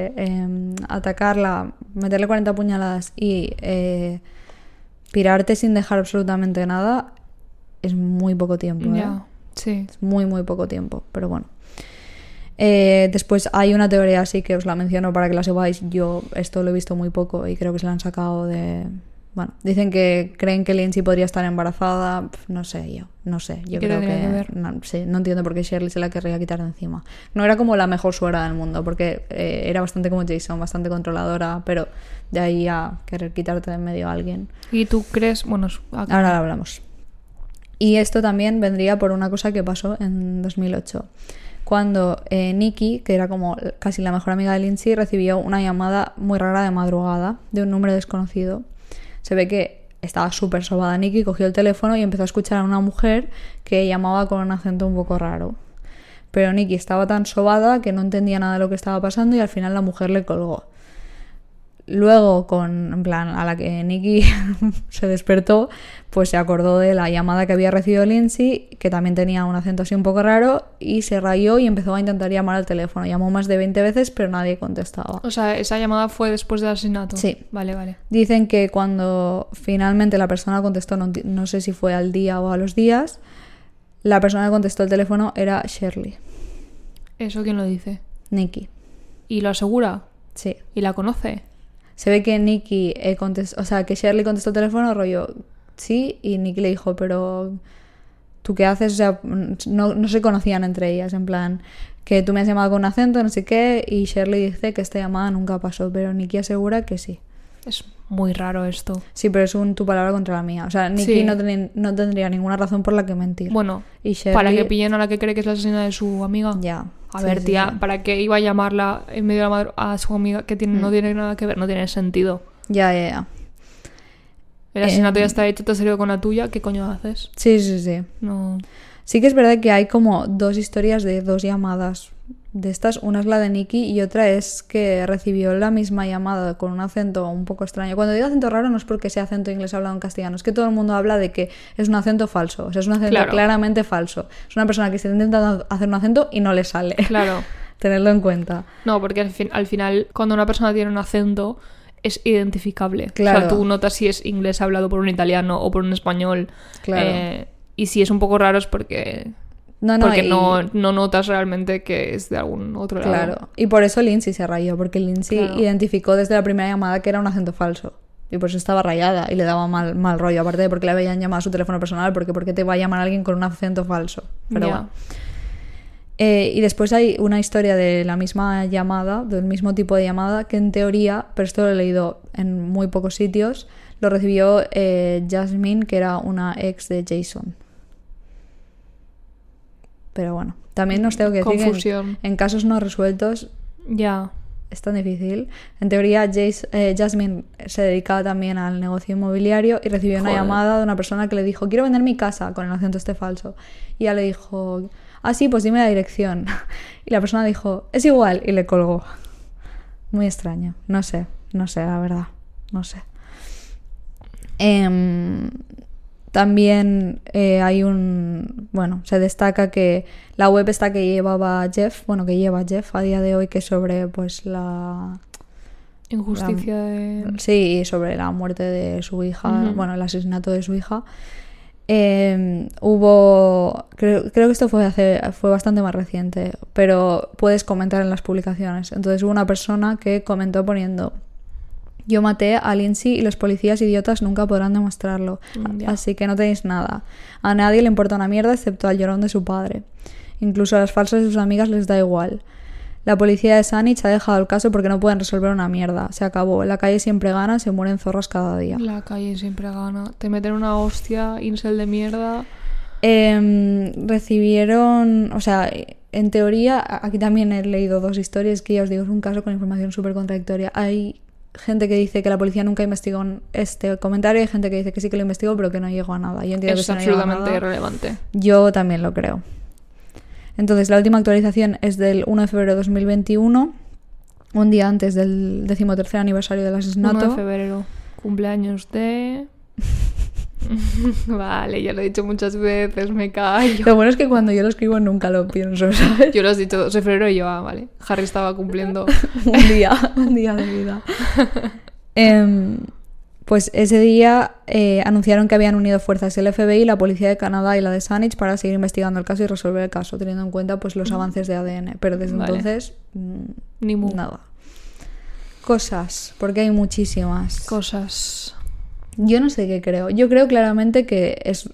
atacarla, meterle 40 puñaladas y pirarte sin dejar absolutamente nada, es muy poco tiempo, ¿eh? Ya, sí. Es muy, muy poco tiempo, pero bueno. Después hay una teoría así que os la menciono para que la sepáis. Yo esto lo he visto muy poco y creo que se la han sacado de... Bueno, dicen que creen que Lindsay podría estar embarazada. No sé, yo ¿Qué creo tendría que ver? No, sí, no entiendo por qué Shirley se la querría quitar de encima. No era como la mejor suegra del mundo, porque era bastante como Jason, bastante controladora, pero de ahí a querer quitarte de en medio a alguien. ¿Y tú crees? Bueno, Ahora lo hablamos. Y esto también vendría por una cosa que pasó en 2008. Cuando Nikki, que era como casi la mejor amiga de Lindsay, recibió una llamada muy rara de madrugada de un número desconocido. Se ve que estaba súper sobada Nikki, cogió el teléfono y empezó a escuchar a una mujer que llamaba con un acento un poco raro. Pero Nikki estaba tan sobada que no entendía nada de lo que estaba pasando y al final la mujer le colgó. Luego, en plan, a la que Nikki se despertó, pues se acordó de la llamada que había recibido Lindsay, que también tenía un acento así un poco raro, y se rayó y empezó a intentar llamar al teléfono. Llamó más de 20 veces, pero nadie contestaba. O sea, esa llamada fue después del asesinato. Sí. Vale. Dicen que cuando finalmente la persona contestó, no sé si fue al día o a los días, la persona que contestó el teléfono era Shirley. ¿Eso quién lo dice? Nikki. ¿Y lo asegura? Sí. ¿Y la conoce? Se ve que Nikki contestó, o sea, que Shirley contestó el teléfono, rollo, sí, y Nikki le dijo, pero ¿tú qué haces? O sea, no se conocían entre ellas, en plan, que tú me has llamado con un acento, no sé qué, y Shirley dice que esta llamada nunca pasó, pero Nikki asegura que sí. Es muy raro esto. Sí, pero es tu palabra contra la mía. O sea, Nikki Sí. no tendría ninguna razón por la que mentir. Bueno, Y Shirley... para que pillen a la que cree que es la asesina de su amiga. Ya. A Sí, ver, sí, tía, sí. ¿para qué iba a llamarla en medio de la madrugada a su amiga que no tiene nada que ver? No tiene sentido. Ya. El asesinato ya está hecho, te has salido con la tuya, ¿qué coño haces? Sí. No. Sí que es verdad que hay como 2 historias de 2 llamadas de estas. Una es la de Nikki y otra es que recibió la misma llamada con un acento un poco extraño. Cuando digo acento raro no es porque sea acento inglés hablado en castellano, es que todo el mundo habla de que es un acento falso. O sea, es un acento Claro. claramente falso. Es una persona que está intentando hacer un acento y no le sale. Claro. Tenerlo en cuenta. No, porque al final, cuando una persona tiene un acento, es identificable. Claro. O sea, tú notas si es inglés hablado por un italiano o por un español. Claro. Y si es un poco raro es porque... No, no notas realmente que es de algún otro lado. Claro. Y por eso Lindsay se rayó, porque Lindsay Claro. identificó desde la primera llamada que era un acento falso. Y por eso estaba rayada y le daba mal rollo. Aparte de porque le habían llamado a su teléfono personal, porque ¿por qué te va a llamar alguien con un acento falso? Pero Ya. bueno. Y después hay una historia de la misma llamada, del mismo tipo de llamada, que en teoría, pero esto lo he leído en muy pocos sitios, lo recibió Jasmine, que era una ex de Jason. Pero bueno, también os tengo que decir Confusión. que en casos no resueltos Ya. es tan difícil. En teoría, Jasmine se dedicaba también al negocio inmobiliario y recibió una Joder. llamada de una persona que le dijo, quiero vender mi casa, con el acento este falso. Y ella le dijo, ah, sí, pues dime la dirección. Y la persona dijo, es igual, y le colgó. Muy extraño. No sé, la verdad. No sé. También hay bueno, se destaca que la web esta que lleva Jeff a día de hoy, que es sobre pues Injusticia de... sí, sobre la muerte de su hija, bueno, el asesinato de su hija. Creo que esto fue bastante más reciente, pero puedes comentar en las publicaciones. Entonces hubo una persona que comentó poniendo Yo maté a Lindsay y los policías idiotas nunca podrán demostrarlo. Ya. Así que no tenéis nada. A nadie le importa una mierda excepto al llorón de su padre. Incluso a las falsas de sus amigas les da igual. La policía de Saanich ha dejado el caso porque no pueden resolver una mierda. Se acabó. La calle siempre gana, se mueren zorras cada día. La calle siempre gana. Te meten una hostia, incel de mierda. Recibieron... O sea, en teoría, aquí también he leído 2 historias que ya os digo, es un caso con información súper contradictoria. Hay gente que dice que la policía nunca investigó este comentario y hay gente que dice que sí que lo investigó pero que no llegó a nada. Yo entiendo Es que si no llegó a absolutamente nada, irrelevante. yo también lo creo. Entonces, la última actualización es del 1 de febrero de 2021, un día antes del 13º aniversario del asesinato. 1 de febrero, cumpleaños de... Vale, ya lo he dicho muchas veces, me callo. Lo bueno es que cuando yo lo escribo nunca lo pienso, ¿sabes? Yo lo has dicho 2 de febrero y yo, vale. Harry estaba cumpliendo. un día de vida. Pues ese día anunciaron que habían unido fuerzas el FBI, la policía de Canadá y la de Saanich para seguir investigando el caso y resolver el caso, teniendo en cuenta pues los avances de ADN. Pero desde entonces, Ni mu. nada. Cosas, porque hay muchísimas. Cosas. Yo no sé qué creo. Yo creo claramente que es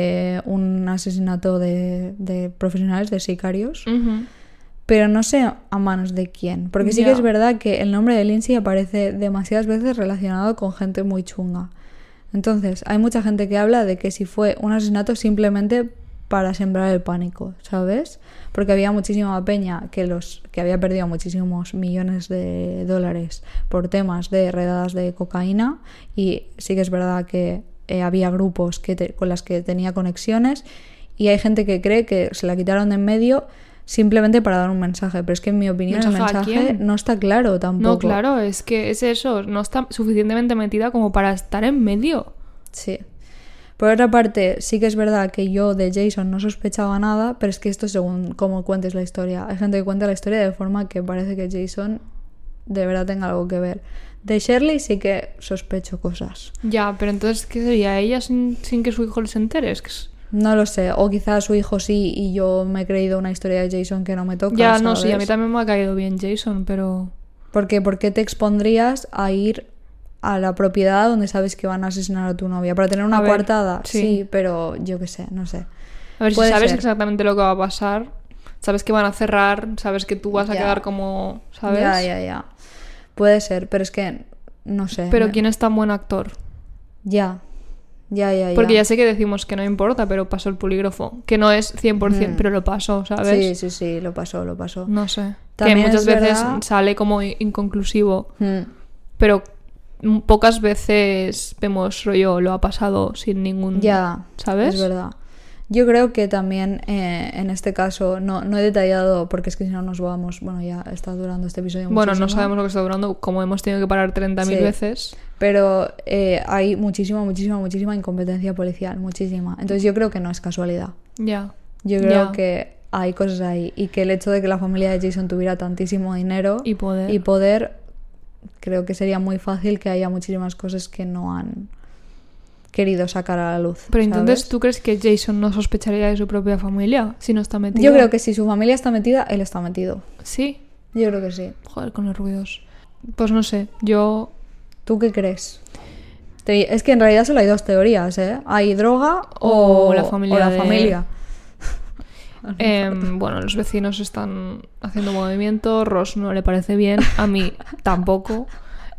un asesinato de profesionales, de sicarios. Ujú. Pero no sé a manos de quién. Porque sí que Ya. es verdad que el nombre de Lindsay aparece demasiadas veces relacionado con gente muy chunga. Entonces, hay mucha gente que habla de que si fue un asesinato simplemente para sembrar el pánico, ¿sabes? Porque había muchísima peña que había perdido muchísimos millones de dólares por temas de redadas de cocaína, y sí que es verdad que había grupos con las que tenía conexiones, y hay gente que cree que se la quitaron de en medio simplemente para dar un mensaje, pero es que en mi opinión el ¿Mensaje a mensaje quién? no está claro tampoco. No, claro, es que es eso, no está suficientemente metida como para estar en medio. Sí. Por otra parte, sí que es verdad que yo de Jason no sospechaba nada, pero es que esto según cómo cuentes la historia. Hay gente que cuenta la historia de forma que parece que Jason de verdad tenga algo que ver. De Shirley sí que sospecho cosas. Ya, pero entonces, ¿qué sería? ¿Ella sin que su hijo se entere? Es que No lo sé, o quizás su hijo sí y yo me he creído una historia de Jason que no me toca. ya, no, ¿sabes? sí, a mí también me ha caído bien Jason, pero... Porque ¿por qué te expondrías a ir a la propiedad donde sabes que van a asesinar a tu novia? ¿Para tener una A ver, coartada? sí. Sí, pero yo qué sé, no sé. A ver, si Puede sabes ser. exactamente lo que va a pasar, sabes que van a cerrar, sabes que tú vas a Ya. quedar como... ¿Sabes? Ya. Puede ser, pero es que no sé. Pero ¿quién es tan buen actor? Ya. Porque ya sé que decimos que no importa, pero pasó el polígrafo. Que no es 100%, pero lo pasó, ¿sabes? Sí, lo pasó. No sé. También que muchas es veces verdad- sale como inconclusivo, Mm, pero pocas veces vemos rollo, lo ha pasado sin ningún... Ya, ¿Sabes? es verdad. Yo creo que también en este caso no he detallado, porque es que si no nos vamos, bueno, ya está durando este episodio Bueno, no muchísimo. sabemos lo que está durando, como hemos tenido que parar 30.000 Sí. veces. Pero hay muchísima incompetencia policial, muchísima. Entonces yo creo que no es casualidad. Ya. Yo creo Ya. que hay cosas ahí. Y que el hecho de que la familia de Jason tuviera tantísimo dinero Y poder. creo que sería muy fácil que haya muchísimas cosas que no han querido sacar a la luz. Pero entonces, ¿sabes? ¿tú crees que Jason no sospecharía de su propia familia si no está metido? Yo creo que si su familia está metida, él está metido. Sí. Yo creo que sí. Joder, con los ruidos. Pues no sé, yo... ¿Tú qué crees? Es que en realidad solo hay 2 teorías, ¿eh? Hay droga O la familia o la de- familia. Bueno, los vecinos están haciendo movimiento, Ross no le parece bien, a mí tampoco.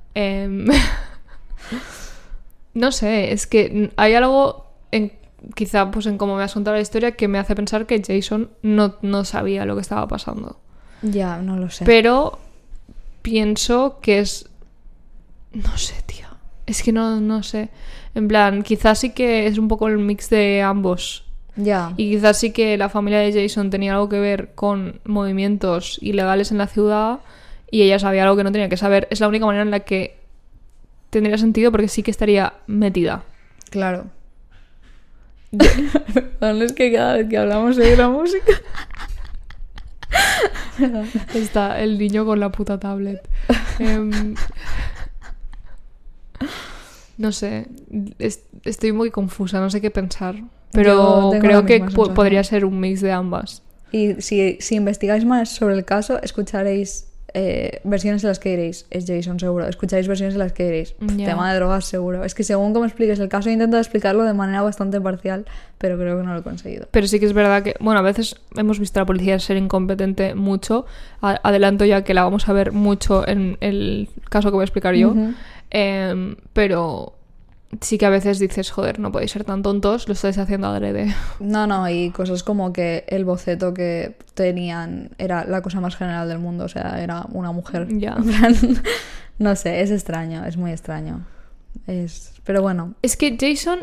No sé, es que hay algo, quizá pues en cómo me has contado la historia, que me hace pensar que Jason no sabía lo que estaba pasando. Ya, no lo sé. Pero pienso que es... No sé, tío. Es que no sé. En plan, quizás sí que es un poco el mix de ambos. Ya. Y quizás sí que la familia de Jason tenía algo que ver con movimientos ilegales en la ciudad y ella sabía algo que no tenía que saber. Es la única manera en la que tendría sentido, porque sí que estaría metida. Claro. Perdón, es que cada vez que hablamos de la música... Está el niño con la puta tablet. No sé, estoy muy confusa, no sé qué pensar. Pero Yo tengo creo la que misma sensación. podría ser un mix de ambas. Y si investigáis más sobre el caso, escucharéis versiones en las que diréis, es Jason seguro. Escucháis versiones en las que diréis, tema de drogas seguro. Es que según como expliques el caso, he intentado explicarlo de manera bastante parcial, pero creo que no lo he conseguido. Pero sí que es verdad que, bueno, a veces hemos visto a la policía ser incompetente mucho. Adelanto ya que la vamos a ver mucho en el caso que voy a explicar yo. Pero sí que a veces dices, joder, no podéis ser tan tontos, lo estáis haciendo adrede. No, y cosas como que el boceto que tenían era la cosa más general del mundo, o sea, era una mujer. Ya. No sé, es extraño, es muy extraño. Pero bueno. Es que Jason...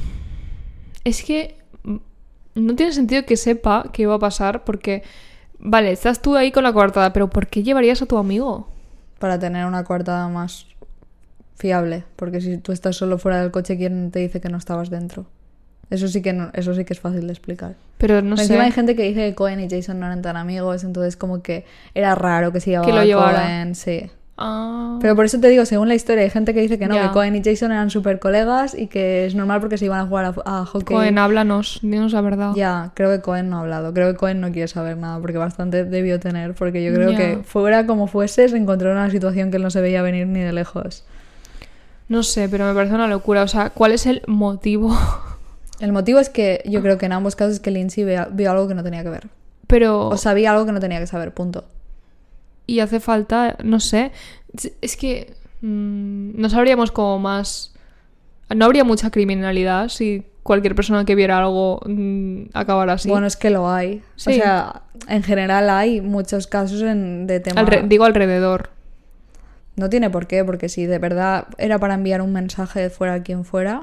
Es que no tiene sentido que sepa qué iba a pasar porque... Vale, estás tú ahí con la coartada, pero ¿por qué llevarías a tu amigo? Para tener una coartada más fiable, porque si tú estás solo fuera del coche, ¿quién te dice que no estabas dentro? Eso sí que es fácil de explicar. Pero no sé. Encima hay gente que dice que Cohen y Jason no eran tan amigos, entonces como que era raro que se llevaba que lo llevara. Cohen, sí. Ah. Pero por eso te digo, según la historia, hay gente que dice que no, Ya. que Cohen y Jason eran súper colegas y que es normal porque se iban a jugar a hockey. Cohen, háblanos, dinos la verdad. Ya, creo que Cohen no ha hablado. Creo que Cohen no quiere saber nada porque bastante debió tener. Porque yo creo Ya. que fuera como fuese, se encontró en una situación que él no se veía venir ni de lejos. No sé, pero me parece una locura. O sea, ¿cuál es el motivo? El motivo es que yo creo que en ambos casos es que Lindsay vio algo que no tenía que ver. Pero... O sabía algo que no tenía que saber, punto. Y hace falta, no sé, es que no sabríamos cómo más... No habría mucha criminalidad si cualquier persona que viera algo acabara así. Bueno, es que lo hay. Sí. O sea, en general hay muchos casos de tema... Digo alrededor. No tiene por qué, porque si de verdad era para enviar un mensaje de fuera a quien fuera...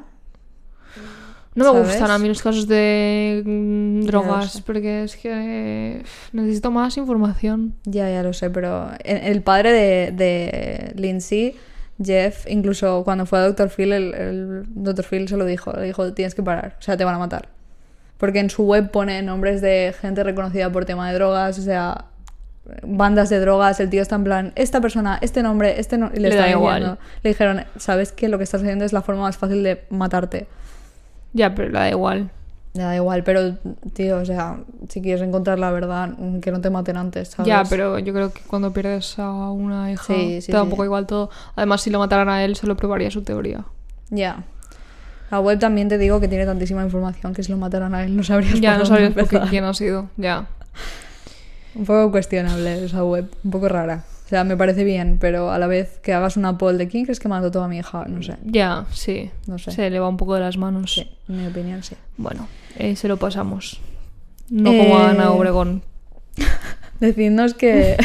No me ¿sabes? gustan a mí los casos de Ya drogas, lo sé. porque es que necesito más información. Ya lo sé, pero el padre de Lindsay, Jeff, incluso cuando fue a Dr. Phil, el Dr. Phil se lo dijo. Le dijo, tienes que parar, o sea, te van a matar. Porque en su web pone nombres de gente reconocida por tema de drogas, o sea, bandas de drogas. El tío está en plan, esta persona, este nombre, este no... Y Le da está igual. diciendo, le dijeron, sabes que lo que estás haciendo es la forma más fácil de matarte. Ya, pero le da igual. Me da igual, pero, tío, o sea, si quieres encontrar la verdad, que no te maten antes, ¿sabes? Ya, pero yo creo que cuando pierdes a una hija Sí, te da un sí. poco igual todo. Además, si lo mataran a él, solo probaría su teoría. Ya. La web también te digo que tiene tantísima información que si lo mataran a él no sabrías Ya, por no dónde sabrías empezar. quién ha sido. Ya. Un poco cuestionable esa web, un poco rara. O sea, me parece bien, pero a la vez que hagas una poll de quién crees que mató a mi hija, no sé. Ya, sí. No sé. Se le va un poco de las manos. Sí, en mi opinión sí. Bueno, se lo pasamos. No como a Ana Obregón. Decidnos que...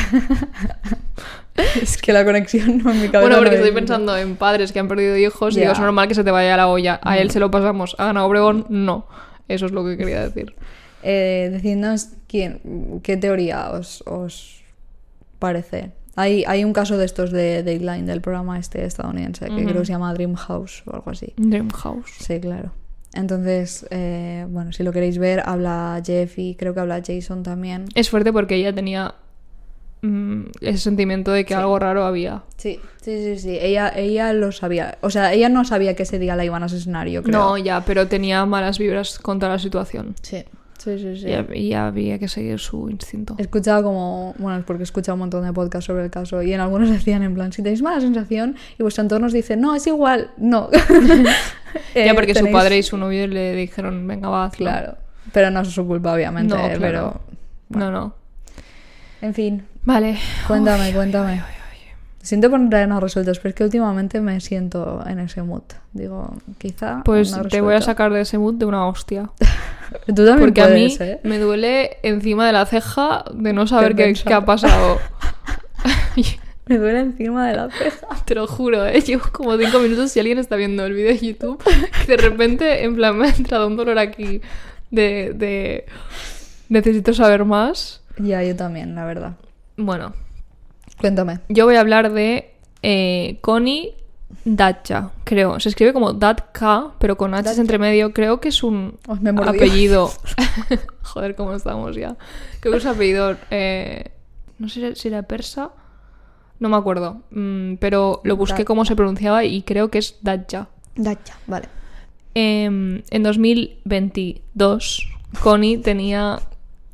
es que la conexión no en mi cabeza... Bueno, porque no estoy es- pensando en padres que han perdido hijos y Ya. digo, es normal que se te vaya la olla. A él se lo pasamos. A Ana Obregón, no. Eso es lo que quería decir. Decidnos qué teoría os parece. Hay un caso de estos de Dateline, del programa este estadounidense, que creo que se llama Dream House o algo así. Dreamhouse. Sí, claro. Entonces, bueno, si lo queréis ver, habla Jeff y creo que habla Jason también. Es fuerte porque ella tenía ese sentimiento de que algo raro había. Sí. Ella lo sabía. O sea, ella no sabía que ese día la iban a asesinar, yo creo. No, ya, pero tenía malas vibras contra la situación. Sí. Y había que seguir su instinto. He escuchado como... Bueno, es porque he escuchado un montón de podcasts sobre el caso y en algunos decían en plan, si tenéis mala sensación y vuestro entorno os dice, no, es igual, no. Ya, porque su tenéis- padre y su novio le dijeron, venga, va, hazlo. Claro. Pero no es su culpa, obviamente. No, claro. Pero... No. En fin, Vale. cuéntame. Siento ponernos resueltos, pero es que últimamente me siento en ese mood. Digo, quizá... Pues no te voy a resuelto. sacar de ese mood de una hostia. Tú también Porque puedes, a mí ¿eh? me duele encima de la ceja de no saber De qué ha pasado. Me duele encima de la ceja. Te lo juro, ¿eh? Llevo como 5 minutos si alguien está viendo el vídeo de YouTube. Que de repente, en plan, me ha entrado un dolor aquí de... Necesito saber más. Ya, yo también, la verdad. Bueno, Cuéntame. yo voy a hablar de Connie Dacha, creo. Se escribe como Datka, pero con H entre medio. Creo que es un Os me mordió. apellido. Joder, cómo estamos ya. Creo que es un apellido... no sé si era persa. No me acuerdo. Pero lo busqué cómo se pronunciaba y creo que es Dacha. Dacha, vale. En 2022, Connie tenía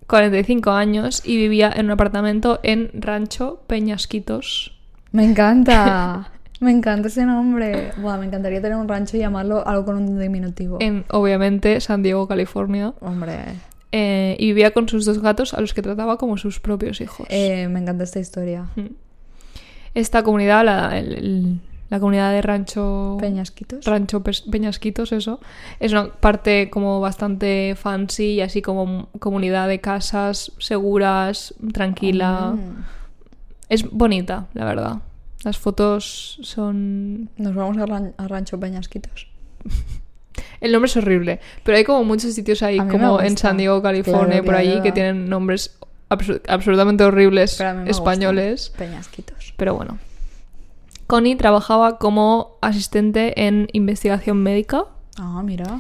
45 años y vivía en un apartamento en Rancho Peñasquitos. Me encanta. Me encanta ese nombre. Buah, me encantaría tener un rancho y llamarlo algo con un diminutivo. En, obviamente, San Diego, California. Hombre. Y vivía con sus 2 gatos a los que trataba como sus propios hijos. Me encanta esta historia. Esta comunidad, la comunidad de Rancho Peñasquitos, eso, es una parte como bastante fancy y así como comunidad de casas seguras, tranquila. Es bonita, la verdad. Las fotos son... Nos vamos a Rancho Peñasquitos. El nombre es horrible, pero hay como muchos sitios ahí, como en San Diego, California, por allí, que tienen nombres absolutamente horribles españoles. Peñasquitos. Pero bueno. Connie trabajaba como asistente en investigación médica. Ah, mira.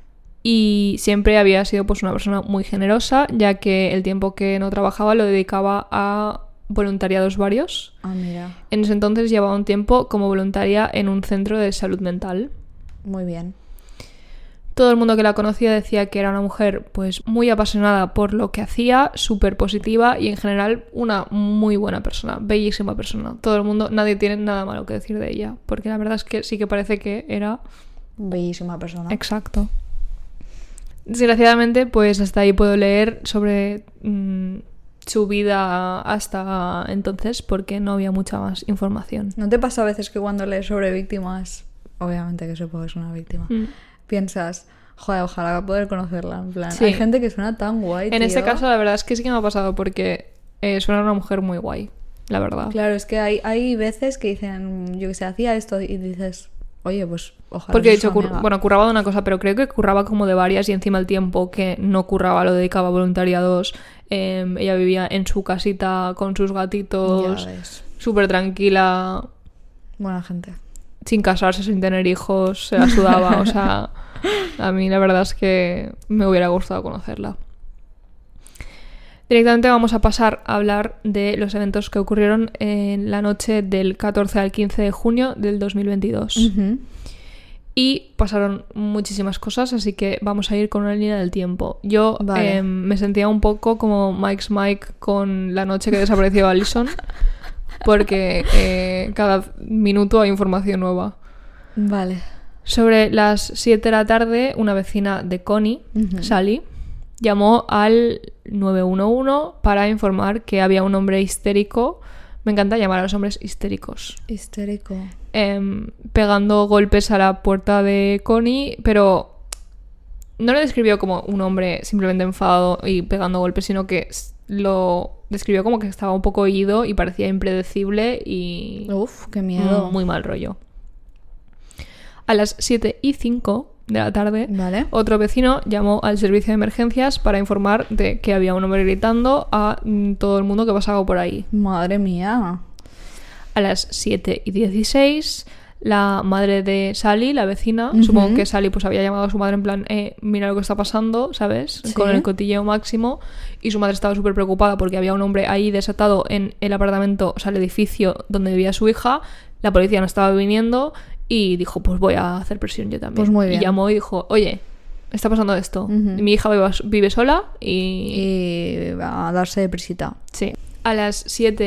Y siempre había sido pues una persona muy generosa, ya que el tiempo que no trabajaba lo dedicaba a voluntariados varios. Ah, mira. En ese entonces llevaba un tiempo como voluntaria en un centro de salud mental. Muy bien. Todo el mundo que la conocía decía que era una mujer pues muy apasionada por lo que hacía, súper positiva y en general una muy buena persona, bellísima persona. Todo el mundo, nadie tiene nada malo que decir de ella, porque la verdad es que sí que parece que era... Bellísima persona. Exacto. Desgraciadamente, pues hasta ahí puedo leer sobre su vida hasta entonces, porque no había mucha más información. ¿No te pasa a veces que cuando lees sobre víctimas, obviamente que supongo que es una víctima, piensas, joder, ojalá poder conocerla, en plan, sí. Hay gente que suena tan guay, En este caso, la verdad es que sí que me ha pasado porque suena una mujer muy guay, la verdad. Claro, es que hay veces que dicen, yo que sé, hacía esto y dices, oye, pues ojalá. Porque de hecho, curraba de una cosa, pero creo que curraba como de varias y encima el tiempo que no curraba lo dedicaba a voluntariados. Ella vivía en su casita con sus gatitos, súper tranquila. Buena gente. Sin casarse, sin tener hijos, se la sudaba, o sea, a mí la verdad es que me hubiera gustado conocerla. Directamente vamos a pasar a hablar de los eventos que ocurrieron en la noche del 14 al 15 de junio del 2022. Uh-huh. Y pasaron muchísimas cosas, así que vamos a ir con una línea del tiempo. Yo me sentía un poco como Mike's Mike con la noche que desapareció Allison. Porque cada minuto hay información nueva. Vale. Sobre las 7 de la tarde, una vecina de Connie, Sally, llamó al 911 para informar que había un hombre histérico. Me encanta llamar a los hombres histéricos. Histérico. Pegando golpes a la puerta de Connie, pero no lo describió como un hombre simplemente enfadado y pegando golpes, sino que lo describió como que estaba un poco oído y parecía impredecible y... Uf, qué miedo. Muy mal rollo. A las 7:05 de la tarde, otro vecino llamó al servicio de emergencias para informar de que había un hombre gritando a todo el mundo que pasaba por ahí. Madre mía. A las 7:16... la madre de Sally, la vecina, supongo que Sally pues había llamado a su madre en plan, mira lo que está pasando, ¿sabes? ¿Sí? Con el cotilleo máximo. Y su madre estaba súper preocupada porque había un hombre ahí desatado en el apartamento, o sea, el edificio donde vivía su hija. La policía no estaba viniendo y dijo, pues voy a hacer presión yo también. Pues muy bien. Y llamó y dijo, oye, está pasando esto. Mi hija vive sola y va a darse de prisita. Sí. A las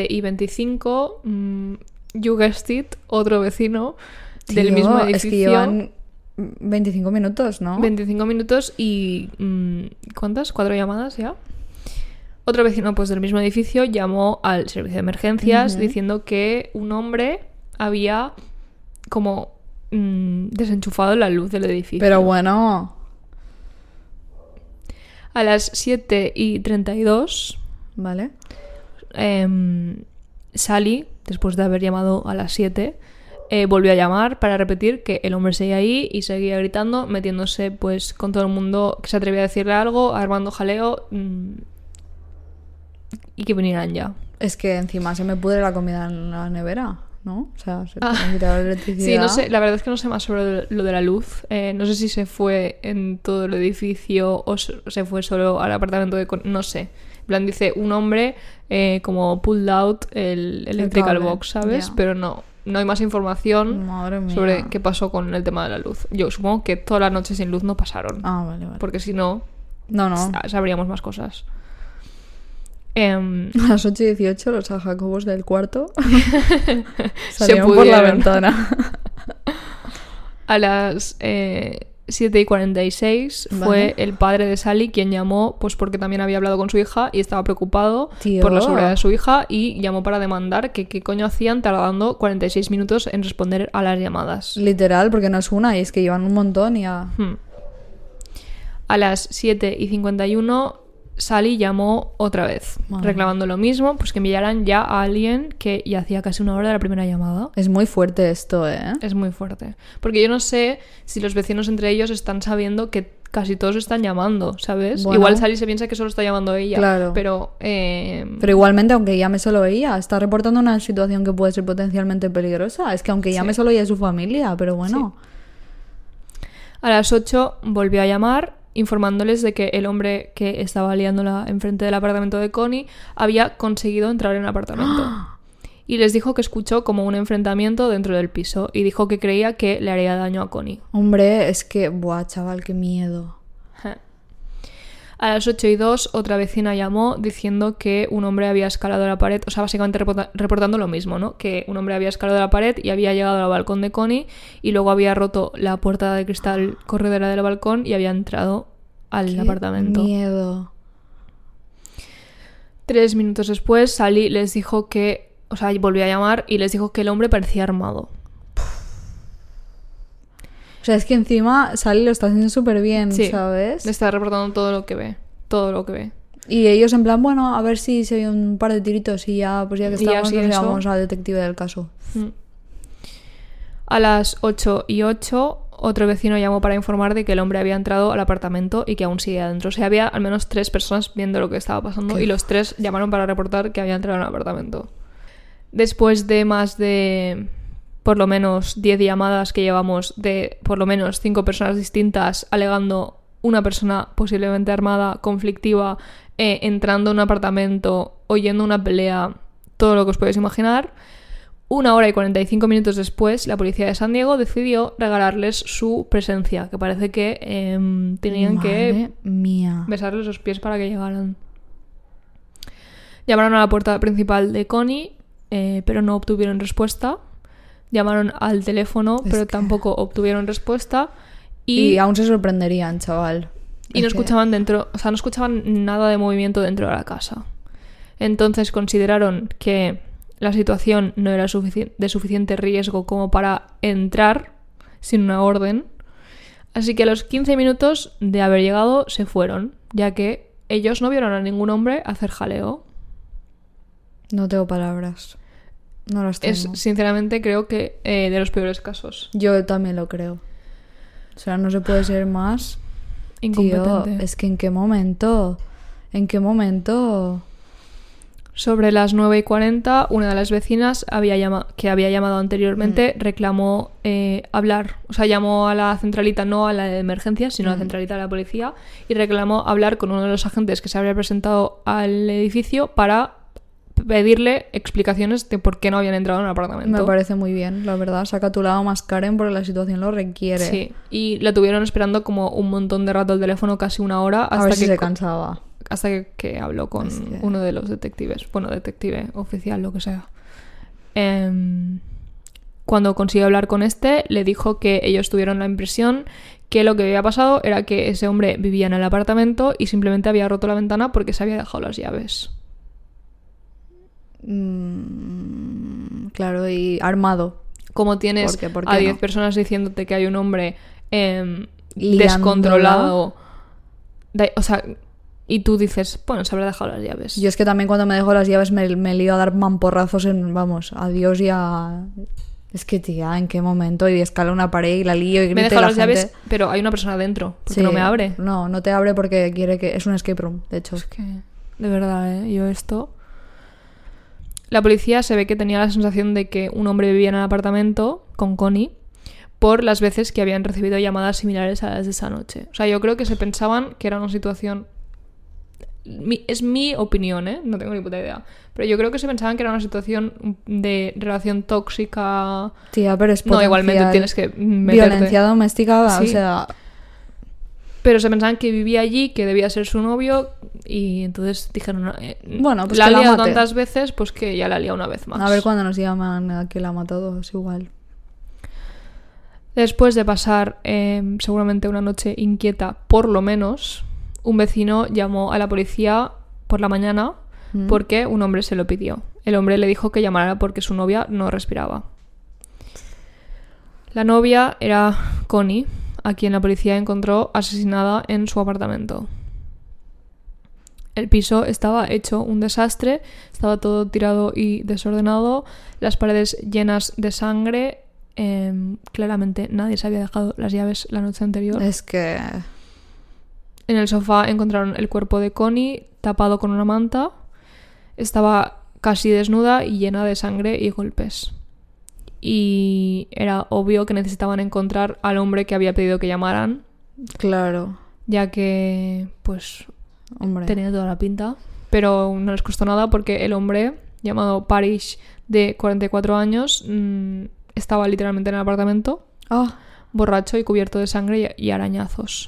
7:25... you guessed it, otro vecino del mismo edificio. Es que llevan 25 minutos, ¿no? 25 minutos y... ¿cuántas? 4 llamadas ya. Otro vecino pues del mismo edificio llamó al servicio de emergencias diciendo que un hombre había como desenchufado la luz del edificio. Pero bueno... A las 7:32... Vale. Sally, después de haber llamado a las 7, volvió a llamar para repetir que el hombre seguía ahí y seguía gritando, metiéndose pues con todo el mundo que se atrevía a decirle algo, armando jaleo y que vinieran ya. Es que encima se me pudre la comida en la nevera, ¿no? O sea, se puede quitar la electricidad. Sí, no sé, la verdad es que no sé más sobre lo de la luz. No sé si se fue en todo el edificio o se fue solo al apartamento de... No sé. En plan, dice un hombre como pulled out el electrical box, ¿sabes? Yeah. Pero no hay más información sobre qué pasó con el tema de la luz. Yo supongo que todas las noches sin luz no pasaron. Ah, vale. Porque si no, sabríamos más cosas. A las 8:18 los Jacobos del cuarto se salieron por la ventana. A las 7:46 fue el padre de Sally quien llamó, pues porque también había hablado con su hija y estaba preocupado por la seguridad de su hija, y llamó para demandar que qué coño hacían tardando 46 minutos en responder a las llamadas. Literal, porque no es una, y es que llevan un montón y ya... A las 7:51 Sally llamó otra vez, reclamando lo mismo, pues que enviaran ya a alguien, que ya hacía casi una hora de la primera llamada. Es muy fuerte esto, ¿eh? Es muy fuerte. Porque yo no sé si los vecinos entre ellos están sabiendo que casi todos están llamando, ¿sabes? Bueno. Igual Sally se piensa que solo está llamando ella. Claro. Pero igualmente, aunque llame solo ella, está reportando una situación que puede ser potencialmente peligrosa. Es que aunque llame solo ella es su familia, pero bueno. Sí. A las 8 volvió a llamar, informándoles de que el hombre que estaba liándola enfrente del apartamento de Connie había conseguido entrar en el apartamento. Y les dijo que escuchó como un enfrentamiento dentro del piso y dijo que creía que le haría daño a Connie. Hombre, es que... Buah, chaval, qué miedo. A las 8:02 otra vecina llamó diciendo que un hombre había escalado la pared, o sea, básicamente reportando lo mismo, ¿no? Que un hombre había escalado la pared y había llegado al balcón de Connie y luego había roto la puerta de cristal corredera del balcón y había entrado al apartamento. ¡Qué miedo! 3 minutos después, Sally les dijo que... O sea, volvió a llamar y les dijo que el hombre parecía armado. O sea, es que encima Sally lo está haciendo súper bien, Sí, ¿sabes? le está reportando todo lo que ve. Todo lo que ve. Y ellos en plan, bueno, a ver si se oye un par de tiritos y ya, pues ya que estamos, nos llamamos al detective del caso. A las 8:08, otro vecino llamó para informar de que el hombre había entrado al apartamento y que aún sigue adentro. O sea, había al menos 3 personas viendo lo que estaba pasando y los 3 llamaron para reportar que había entrado en el apartamento. Después de más de por lo menos 10 llamadas que llevamos de por lo menos 5 personas distintas alegando una persona posiblemente armada, conflictiva, entrando en un apartamento, oyendo una pelea, todo lo que os podéis imaginar, 1 hora y 45 minutos después, la policía de San Diego decidió regalarles su presencia, que parece que tenían que besarles los pies para que llegaran. Llamaron a la puerta principal de Connie, pero no obtuvieron respuesta. Llamaron al teléfono, pero tampoco obtuvieron respuesta. Y aún se sorprenderían, chaval. Y no escuchaban dentro, o sea, no escuchaban nada de movimiento dentro de la casa. Entonces consideraron que la situación no era de suficiente riesgo como para entrar sin una orden. Así que a los 15 minutos de haber llegado se fueron, ya que ellos no vieron a ningún hombre hacer jaleo. No tengo palabras. No las tengo. Sinceramente, creo que de los peores casos. Yo también lo creo. O sea, no se puede ser más incompetente. Tío, es que ¿en qué momento? ¿En qué momento? Sobre las 9:40, una de las vecinas que había llamado anteriormente reclamó hablar. O sea, llamó a la centralita, no a la de emergencias, sino a la centralita de la policía, y reclamó hablar con uno de los agentes que se había presentado al edificio para pedirle explicaciones de por qué no habían entrado en el apartamento. Me parece muy bien, la verdad. Saca tu lado más Karen porque la situación lo requiere. Sí, y la tuvieron esperando como un montón de rato al teléfono, casi 1 hora, hasta a ver si se cansaba. Hasta que habló con uno de los detectives. Bueno, detective oficial, lo que sea. Cuando consiguió hablar con le dijo que ellos tuvieron la impresión que lo que había pasado era que ese hombre vivía en el apartamento y simplemente había roto la ventana porque se había dejado las llaves. Claro, y armado. Como tienes ¿Por qué a 10 no? personas diciéndote que hay un hombre descontrolado, o sea, y tú dices, bueno, se habrá dejado las llaves. Yo es que también cuando me dejo las llaves me lío a dar mamporrazos vamos, adiós y a... Es que, tía, ¿en qué momento? Y escala una pared y la lío y grita. Me he dejado las gente... llaves, pero hay una persona dentro. ¿Por qué no me abre? No te abre porque quiere que... Es un escape room, de hecho. Es que, de verdad, yo esto... La policía se ve que tenía la sensación de que un hombre vivía en el apartamento con Connie por las veces que habían recibido llamadas similares a las de esa noche. O sea, yo creo que se pensaban que era una situación... Es mi opinión, no tengo ni puta idea. Pero yo creo que se pensaban que era una situación de relación tóxica. Tía, pero es potencial. No, igualmente tienes que meterte. Violencia doméstica, sí. O sea... Pero se pensaban que vivía allí, que debía ser su novio, Y entonces dijeron, Bueno, pues la ha que la liado mate. tantas veces, pues que ya la lía una vez más. A ver cuándo nos llaman a que la ha matado, es igual. Después de pasar seguramente una noche inquieta, por lo menos, un vecino llamó a la policía por la mañana porque un hombre se lo pidió. El hombre le dijo que llamara porque su novia no respiraba. La novia era Connie, a quien la policía encontró asesinada en su apartamento. El piso estaba hecho un desastre, estaba todo tirado y desordenado, las paredes llenas de sangre. Claramente nadie se había dejado las llaves la noche anterior. Es que... En el sofá encontraron el cuerpo de Connie tapado con una manta. Estaba casi desnuda y llena de sangre y golpes. Y era obvio que necesitaban encontrar al hombre que había pedido que llamaran. Claro. Ya que, pues, Hombre. tenía toda la pinta. Pero no les costó nada porque el hombre, llamado Parrish, de 44 años, estaba literalmente en el apartamento, borracho y cubierto de sangre y arañazos.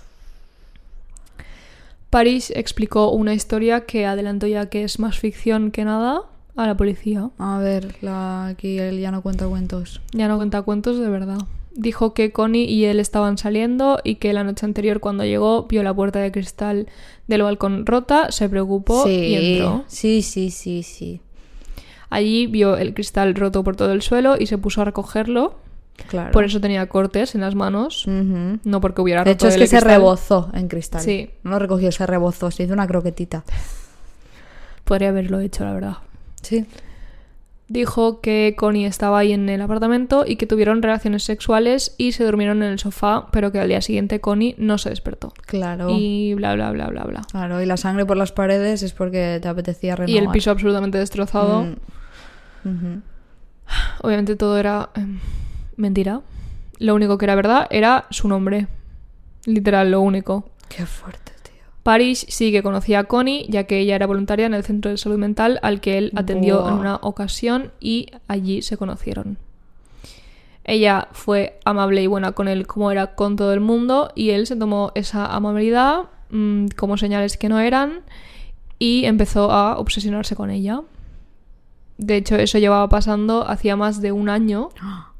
Parrish explicó una historia que adelanto ya que es más ficción que nada a la policía. A ver, aquí él ya no cuenta cuentos. Ya no cuenta cuentos de verdad. Dijo que Connie y él estaban saliendo y que la noche anterior cuando llegó vio la puerta de cristal del balcón rota, se preocupó y entró. Sí. Allí vio el cristal roto por todo el suelo y se puso a recogerlo. Claro. Por eso tenía cortes en las manos. No porque hubiera roto de hecho, es el que se cristal. rebozó en cristal. Sí. No lo recogió, se rebozó. Se hizo una croquetita. Podría haberlo hecho, la verdad. Sí. Dijo que Connie estaba ahí en el apartamento y que tuvieron relaciones sexuales y se durmieron en el sofá, pero que al día siguiente Connie no se despertó. Claro. Y bla, bla, bla, bla, bla. Claro, y la sangre por las paredes es porque te apetecía renovar. Y el piso absolutamente destrozado. Obviamente todo era mentira. Lo único que era verdad era su nombre. Literal, lo único. Qué fuerte, tío. Parrish sí que conocía a Connie, ya que ella era voluntaria en el centro de salud mental al que él atendió en una ocasión y allí se conocieron. Ella fue amable y buena con él como era con todo el mundo y él se tomó esa amabilidad como señales que no eran y empezó a obsesionarse con ella. De hecho, eso llevaba pasando hacía más de un año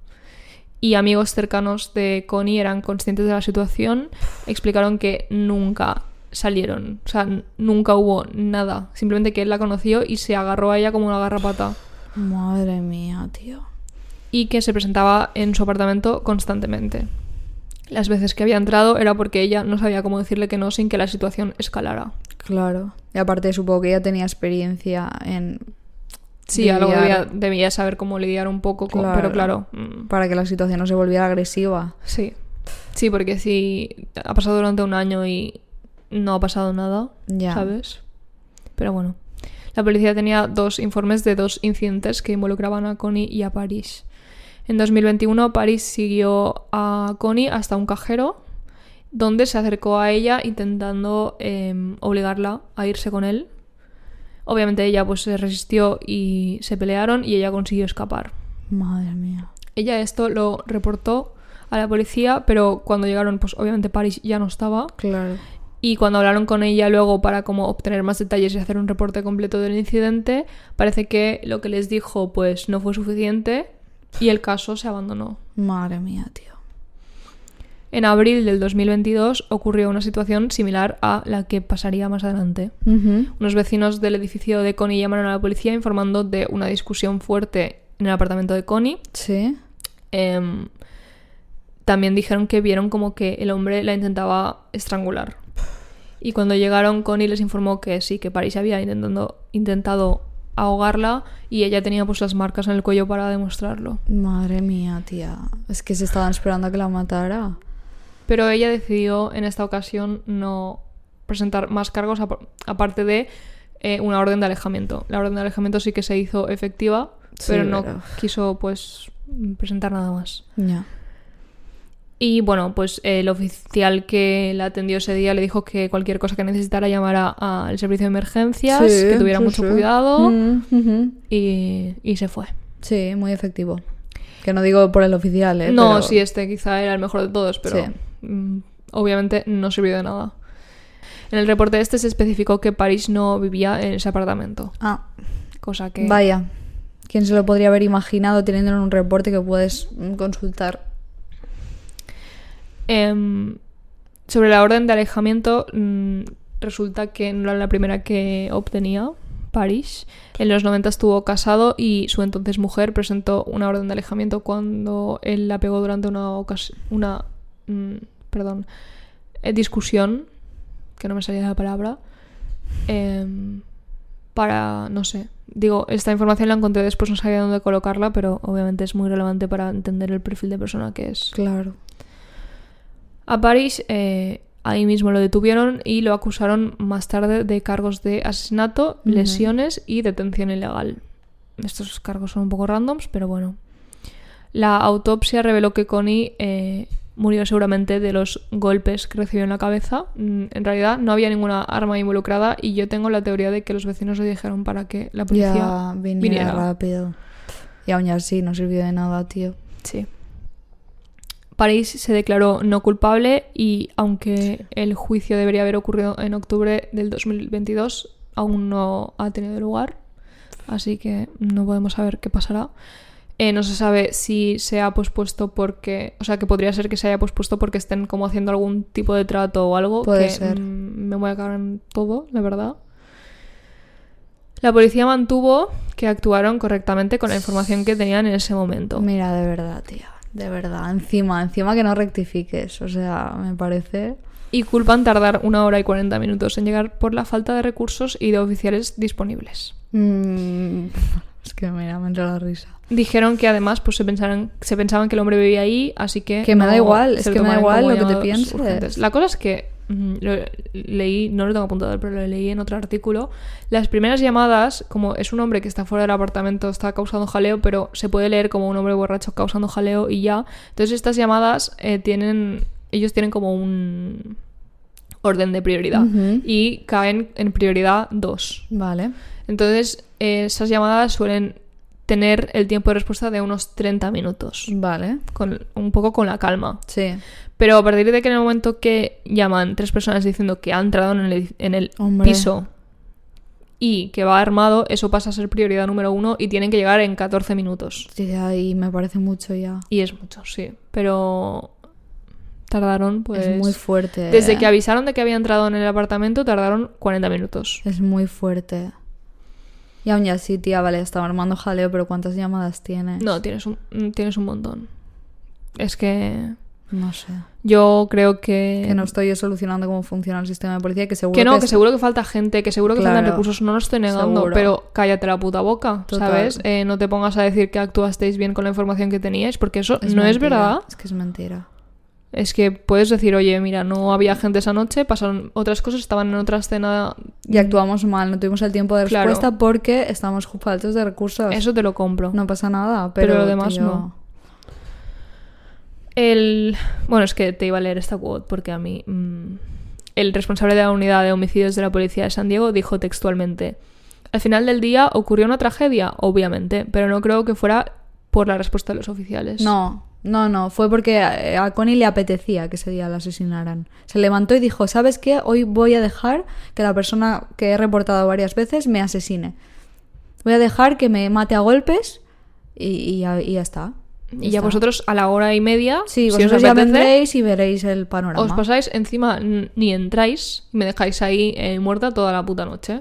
y amigos cercanos de Connie eran conscientes de la situación, explicaron que nunca salieron, o sea, nunca hubo nada, simplemente que él la conoció y se agarró a ella como una garrapata. Madre mía, tío. Y que se presentaba en su apartamento constantemente. Las veces que había entrado era porque ella no sabía cómo decirle que no sin que la situación escalara. Claro. Y aparte supongo que ella tenía experiencia en... Sí, algo debía saber cómo lidiar un poco con... Pero claro... Para que la situación no se volviera agresiva. Sí. Sí, porque si ha pasado durante un año y no ha pasado nada, ¿sabes? Pero bueno. La policía tenía 2 informes de 2 incidentes que involucraban a Connie y a Parrish. En 2021, Parrish siguió a Connie hasta un cajero donde se acercó a ella intentando obligarla a irse con él. Obviamente ella pues se resistió y se pelearon y ella consiguió escapar. Madre mía. Ella esto lo reportó a la policía, pero cuando llegaron pues obviamente Parrish ya no estaba. Claro. Y cuando hablaron con ella luego para como obtener más detalles y hacer un reporte completo del incidente, parece que lo que les dijo pues no fue suficiente y el caso se abandonó. Madre mía, tío. En abril del 2022 ocurrió una situación similar a la que pasaría más adelante. Unos vecinos del edificio de Connie llamaron a la policía informando de una discusión fuerte en el apartamento de Connie. Sí. También dijeron que vieron como que el hombre la intentaba estrangular. Y cuando llegaron, Connie les informó que sí, que Parrish había intentado ahogarla y ella tenía pues las marcas en el cuello para demostrarlo. Madre mía, tía. Es que se estaban esperando a que la matara. Pero ella decidió en esta ocasión no presentar más cargos aparte de una orden de alejamiento. La orden de alejamiento sí que se hizo efectiva, pero no quiso pues presentar nada más. Ya. Y bueno, pues el oficial que la atendió ese día le dijo que cualquier cosa que necesitara llamara al servicio de emergencias, que tuviera mucho cuidado y se fue. Sí, muy efectivo. Que no digo por el oficial, No, pero... sí, este quizá era el mejor de todos, pero obviamente no sirvió de nada. En el reporte este se especificó que Paris no vivía en ese apartamento. Ah, cosa que... vaya. ¿Quién se lo podría haber imaginado teniendo en un reporte que puedes consultar? Sobre la orden de alejamiento, resulta que no era la primera que obtenía Paris. En los 90 estuvo casado y su entonces mujer presentó una orden de alejamiento cuando él la pegó durante una discusión, que no me salía la palabra, para, no sé, digo, esta información la encontré después, no sabía dónde colocarla, pero obviamente es muy relevante para entender el perfil de persona que es. Claro. A Paris ahí mismo lo detuvieron y lo acusaron más tarde de cargos de asesinato, lesiones y detención ilegal. Estos cargos son un poco randoms, pero bueno. La autopsia reveló que Connie murió seguramente de los golpes que recibió en la cabeza. En realidad no había ninguna arma involucrada y yo tengo la teoría de que los vecinos le dijeron para que la policía ya viniera rápido. Y aún así no sirvió de nada, tío. Sí. Paris se declaró no culpable y aunque el juicio debería haber ocurrido en octubre del 2022, aún no ha tenido lugar. Así que no podemos saber qué pasará. No se sabe si se ha pospuesto porque... O sea, que podría ser que se haya pospuesto porque estén como haciendo algún tipo de trato o algo. Puede ser. Me voy a cagar en todo, la verdad. La policía mantuvo que actuaron correctamente con la información que tenían en ese momento. Mira, de verdad, tía. De verdad. Encima que no rectifiques. O sea, me parece... Y culpan tardar 1 hora y 40 minutos en llegar por la falta de recursos y de oficiales disponibles. Es que mira, me entra la risa. Dijeron que además pues se pensaban que el hombre vivía ahí, así que... Que me da igual, es que me da igual lo que te pienses. Urgentes. La cosa es que lo leí, no lo tengo apuntado, pero lo leí en otro artículo. Las primeras llamadas, como es un hombre que está fuera del apartamento, está causando jaleo, pero se puede leer como un hombre borracho causando jaleo y ya. Entonces estas llamadas ellos tienen como un orden de prioridad y caen en prioridad 2. Vale. Entonces esas llamadas suelen tener el tiempo de respuesta de unos 30 minutos. Vale. Un poco con la calma. Sí. Pero a partir de que en el momento que llaman 3 personas diciendo que han entrado en el piso y que va armado, eso pasa a ser prioridad número 1 y tienen que llegar en 14 minutos. Sí, y me parece mucho ya. Y es mucho, sí. Pero tardaron, pues... Es muy fuerte. Desde que avisaron de que había entrado en el apartamento, tardaron 40 minutos. Es muy fuerte. Y aún así, tía, vale, estaba armando jaleo, pero ¿cuántas llamadas tienes? No, tienes un montón. Es que... No sé. Yo creo que no estoy yo solucionando cómo funciona el sistema de policía, que seguro que seguro que falta gente, que seguro que faltan recursos, no lo estoy negando, seguro. Pero cállate la puta boca, Total. ¿sabes? No te pongas a decir que actuasteis bien con la información que teníais, porque eso no mentira. es verdad. Es que es mentira. Es que puedes decir, oye, mira, no había gente esa noche, pasaron otras cosas, estaban en otra escena... Y actuamos mal, no tuvimos el tiempo de respuesta porque estamos faltos de recursos. Eso te lo compro. No pasa nada, pero lo demás tío... no. Bueno, es que te iba a leer esta quote porque a mí... El responsable de la unidad de homicidios de la policía de San Diego dijo textualmente: al final del día ocurrió una tragedia, obviamente, pero no creo que fuera por la respuesta de los oficiales. No, fue porque a Connie le apetecía que ese día la asesinaran. Se levantó y dijo, ¿sabes qué? Hoy voy a dejar que la persona que he reportado varias veces me asesine. Voy a dejar que me mate a golpes y ya está. Y ya vosotros a la hora y media, sí, si vosotros os ya apetece, vendréis y veréis el panorama. Os pasáis encima, ni entráis, y me dejáis ahí muerta toda la puta noche.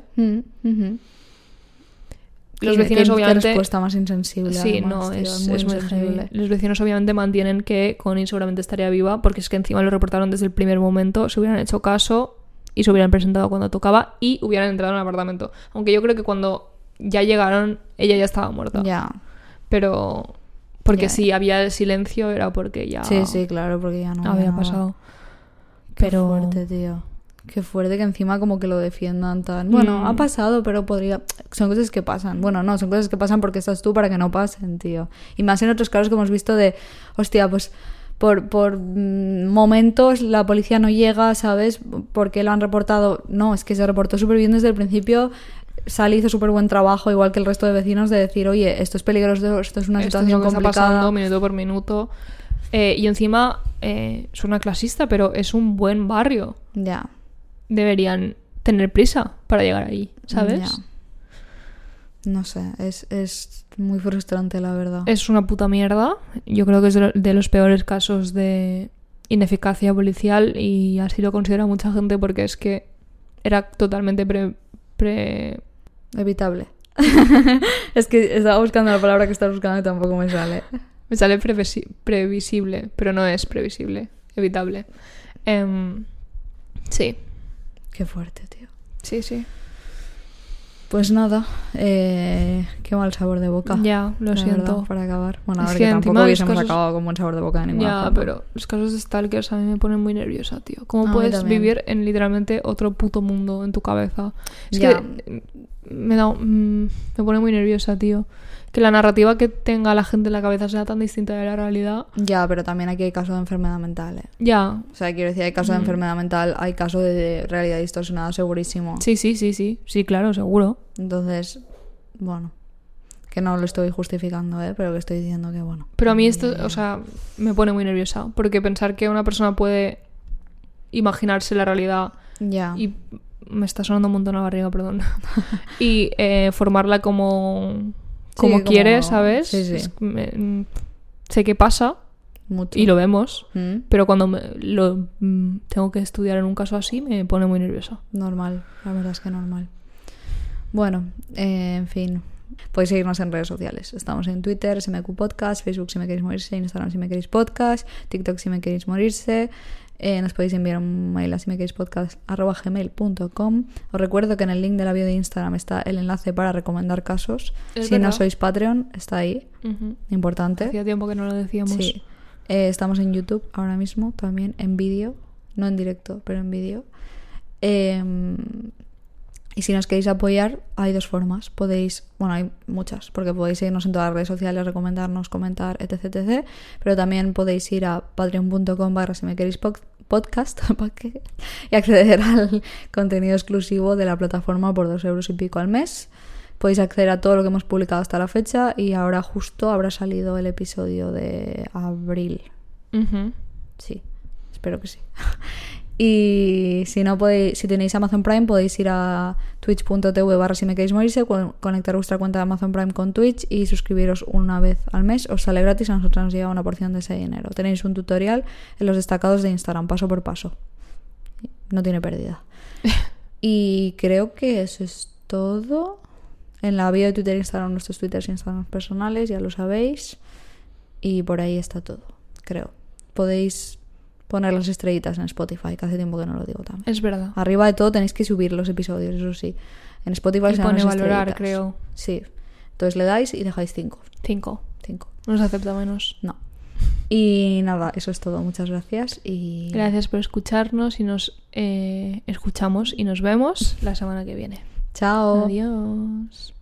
Los vecinos obviamente... Qué respuesta más insensible. Sí, además, no, tío, es muy muy insensible. Los vecinos obviamente mantienen que Connie seguramente estaría viva, porque es que encima lo reportaron desde el primer momento, se hubieran hecho caso y se hubieran presentado cuando tocaba y hubieran entrado en el apartamento. Aunque yo creo que cuando ya llegaron, ella ya estaba muerta. Ya. Pero... Porque si había silencio era porque ya... Sí, claro, porque ya no había pasado. Qué fuerte, tío. Qué fuerte que encima como que lo defiendan tan... Bueno, ha pasado, pero podría... Son cosas que pasan. Bueno, no, son cosas que pasan porque estás tú para que no pasen, tío. Y más en otros casos que hemos visto de... Hostia, pues por momentos la policía no llega, ¿sabes? Porque lo han reportado... No, es que se reportó súper bien desde el principio... Sally hizo súper buen trabajo, igual que el resto de vecinos, de decir, oye, esto es peligroso, esto es una situación complicada. Está pasando minuto por minuto. Y encima, suena clasista, pero es un buen barrio. Ya. deberían tener prisa para llegar ahí, ¿sabes? Ya. No sé, es muy frustrante, la verdad. Es una puta mierda. Yo creo que es de los peores casos de ineficacia policial y así lo considera mucha gente porque es que era totalmente Evitable. Es que estaba buscando la palabra que estás buscando y tampoco me sale. Me sale previsible, pero no es previsible. Evitable. Sí. Qué fuerte, tío. Sí, sí. Pues nada, qué mal sabor de boca. Ya, lo la siento. verdad, para acabar. Bueno, a Es ver, que que tampoco encima los hubiésemos casos- acabado con buen sabor de boca de ninguna Ya, forma. pero los casos de stalkers a mí me ponen muy nerviosa, tío. A ¿Cómo mí puedes también. vivir en literalmente otro puto mundo en tu cabeza? Es Ya. que me pone muy nerviosa, tío. Que la narrativa que tenga la gente en la cabeza sea tan distinta de la realidad. Ya, pero también aquí hay casos de enfermedad mental, Ya. O sea, quiero decir, hay casos de enfermedad mental, hay casos de realidad distorsionada, segurísimo. Sí. Sí, claro, seguro. Entonces, bueno, que no lo estoy justificando, pero que estoy diciendo que, bueno. Pero a mí esto, o sea, me pone muy nerviosa. Porque pensar que una persona puede imaginarse la realidad Ya. y me está sonando un montón la barriga, perdón. Y formarla como como- quiere, ¿sabes? sí, sí. Sé que pasa Mucho. y lo vemos, Mm, pero cuando tengo que estudiar en un caso así me pone muy nerviosa. normal, la verdad es que normal. Bueno, en fin. Podéis seguirnos en redes sociales. Estamos en Twitter, SMQ Podcast, Facebook si me queréis morirse, Instagram si me queréis podcast, TikTok si me queréis morirse. Nos podéis enviar un mail a si me queréis podcast@gmail.com. Os recuerdo que en el link de la bio de Instagram está el enlace para recomendar casos. Es Si no verdad. sois Patreon, está ahí. Importante. Hacía tiempo que no lo decíamos. Sí. Estamos en YouTube ahora mismo, también en vídeo. No en directo, pero en vídeo. Y si nos queréis apoyar, hay dos formas. Bueno, hay muchas, porque podéis seguirnos en todas las redes sociales, recomendarnos, comentar, etc. Pero también podéis ir a patreon.com/si me queréis podcast y acceder al contenido exclusivo de la plataforma por 2 euros y pico al mes. Podéis acceder a todo lo que hemos publicado hasta la fecha y ahora justo habrá salido el episodio de abril. Ujú. Sí, espero que sí. Y si no podéis, si tenéis Amazon Prime, podéis ir a twitch.tv/si me queréis morirse, conectar vuestra cuenta de Amazon Prime con Twitch y suscribiros una vez al mes. Os sale gratis, a nosotros nos llega una porción de ese dinero. Tenéis un tutorial en los destacados de Instagram, paso por paso. No tiene pérdida. Y creo que eso es todo. En la bio de Twitter e Instagram, nuestros Twitters e Instagram personales, ya lo sabéis. Y por ahí está todo, creo. Podéis poner las estrellitas en Spotify, que hace tiempo que no lo digo también. Es verdad. Arriba de todo tenéis que subir los episodios, eso sí. En Spotify Y se pone dan las valorar, estrellitas. creo. Sí. Entonces le dais y dejáis 5. 5. 5. No se acepta menos. No. Y nada, eso es todo. Muchas gracias y... Gracias por escucharnos y nos escuchamos y nos vemos la semana que viene. Chao. Adiós.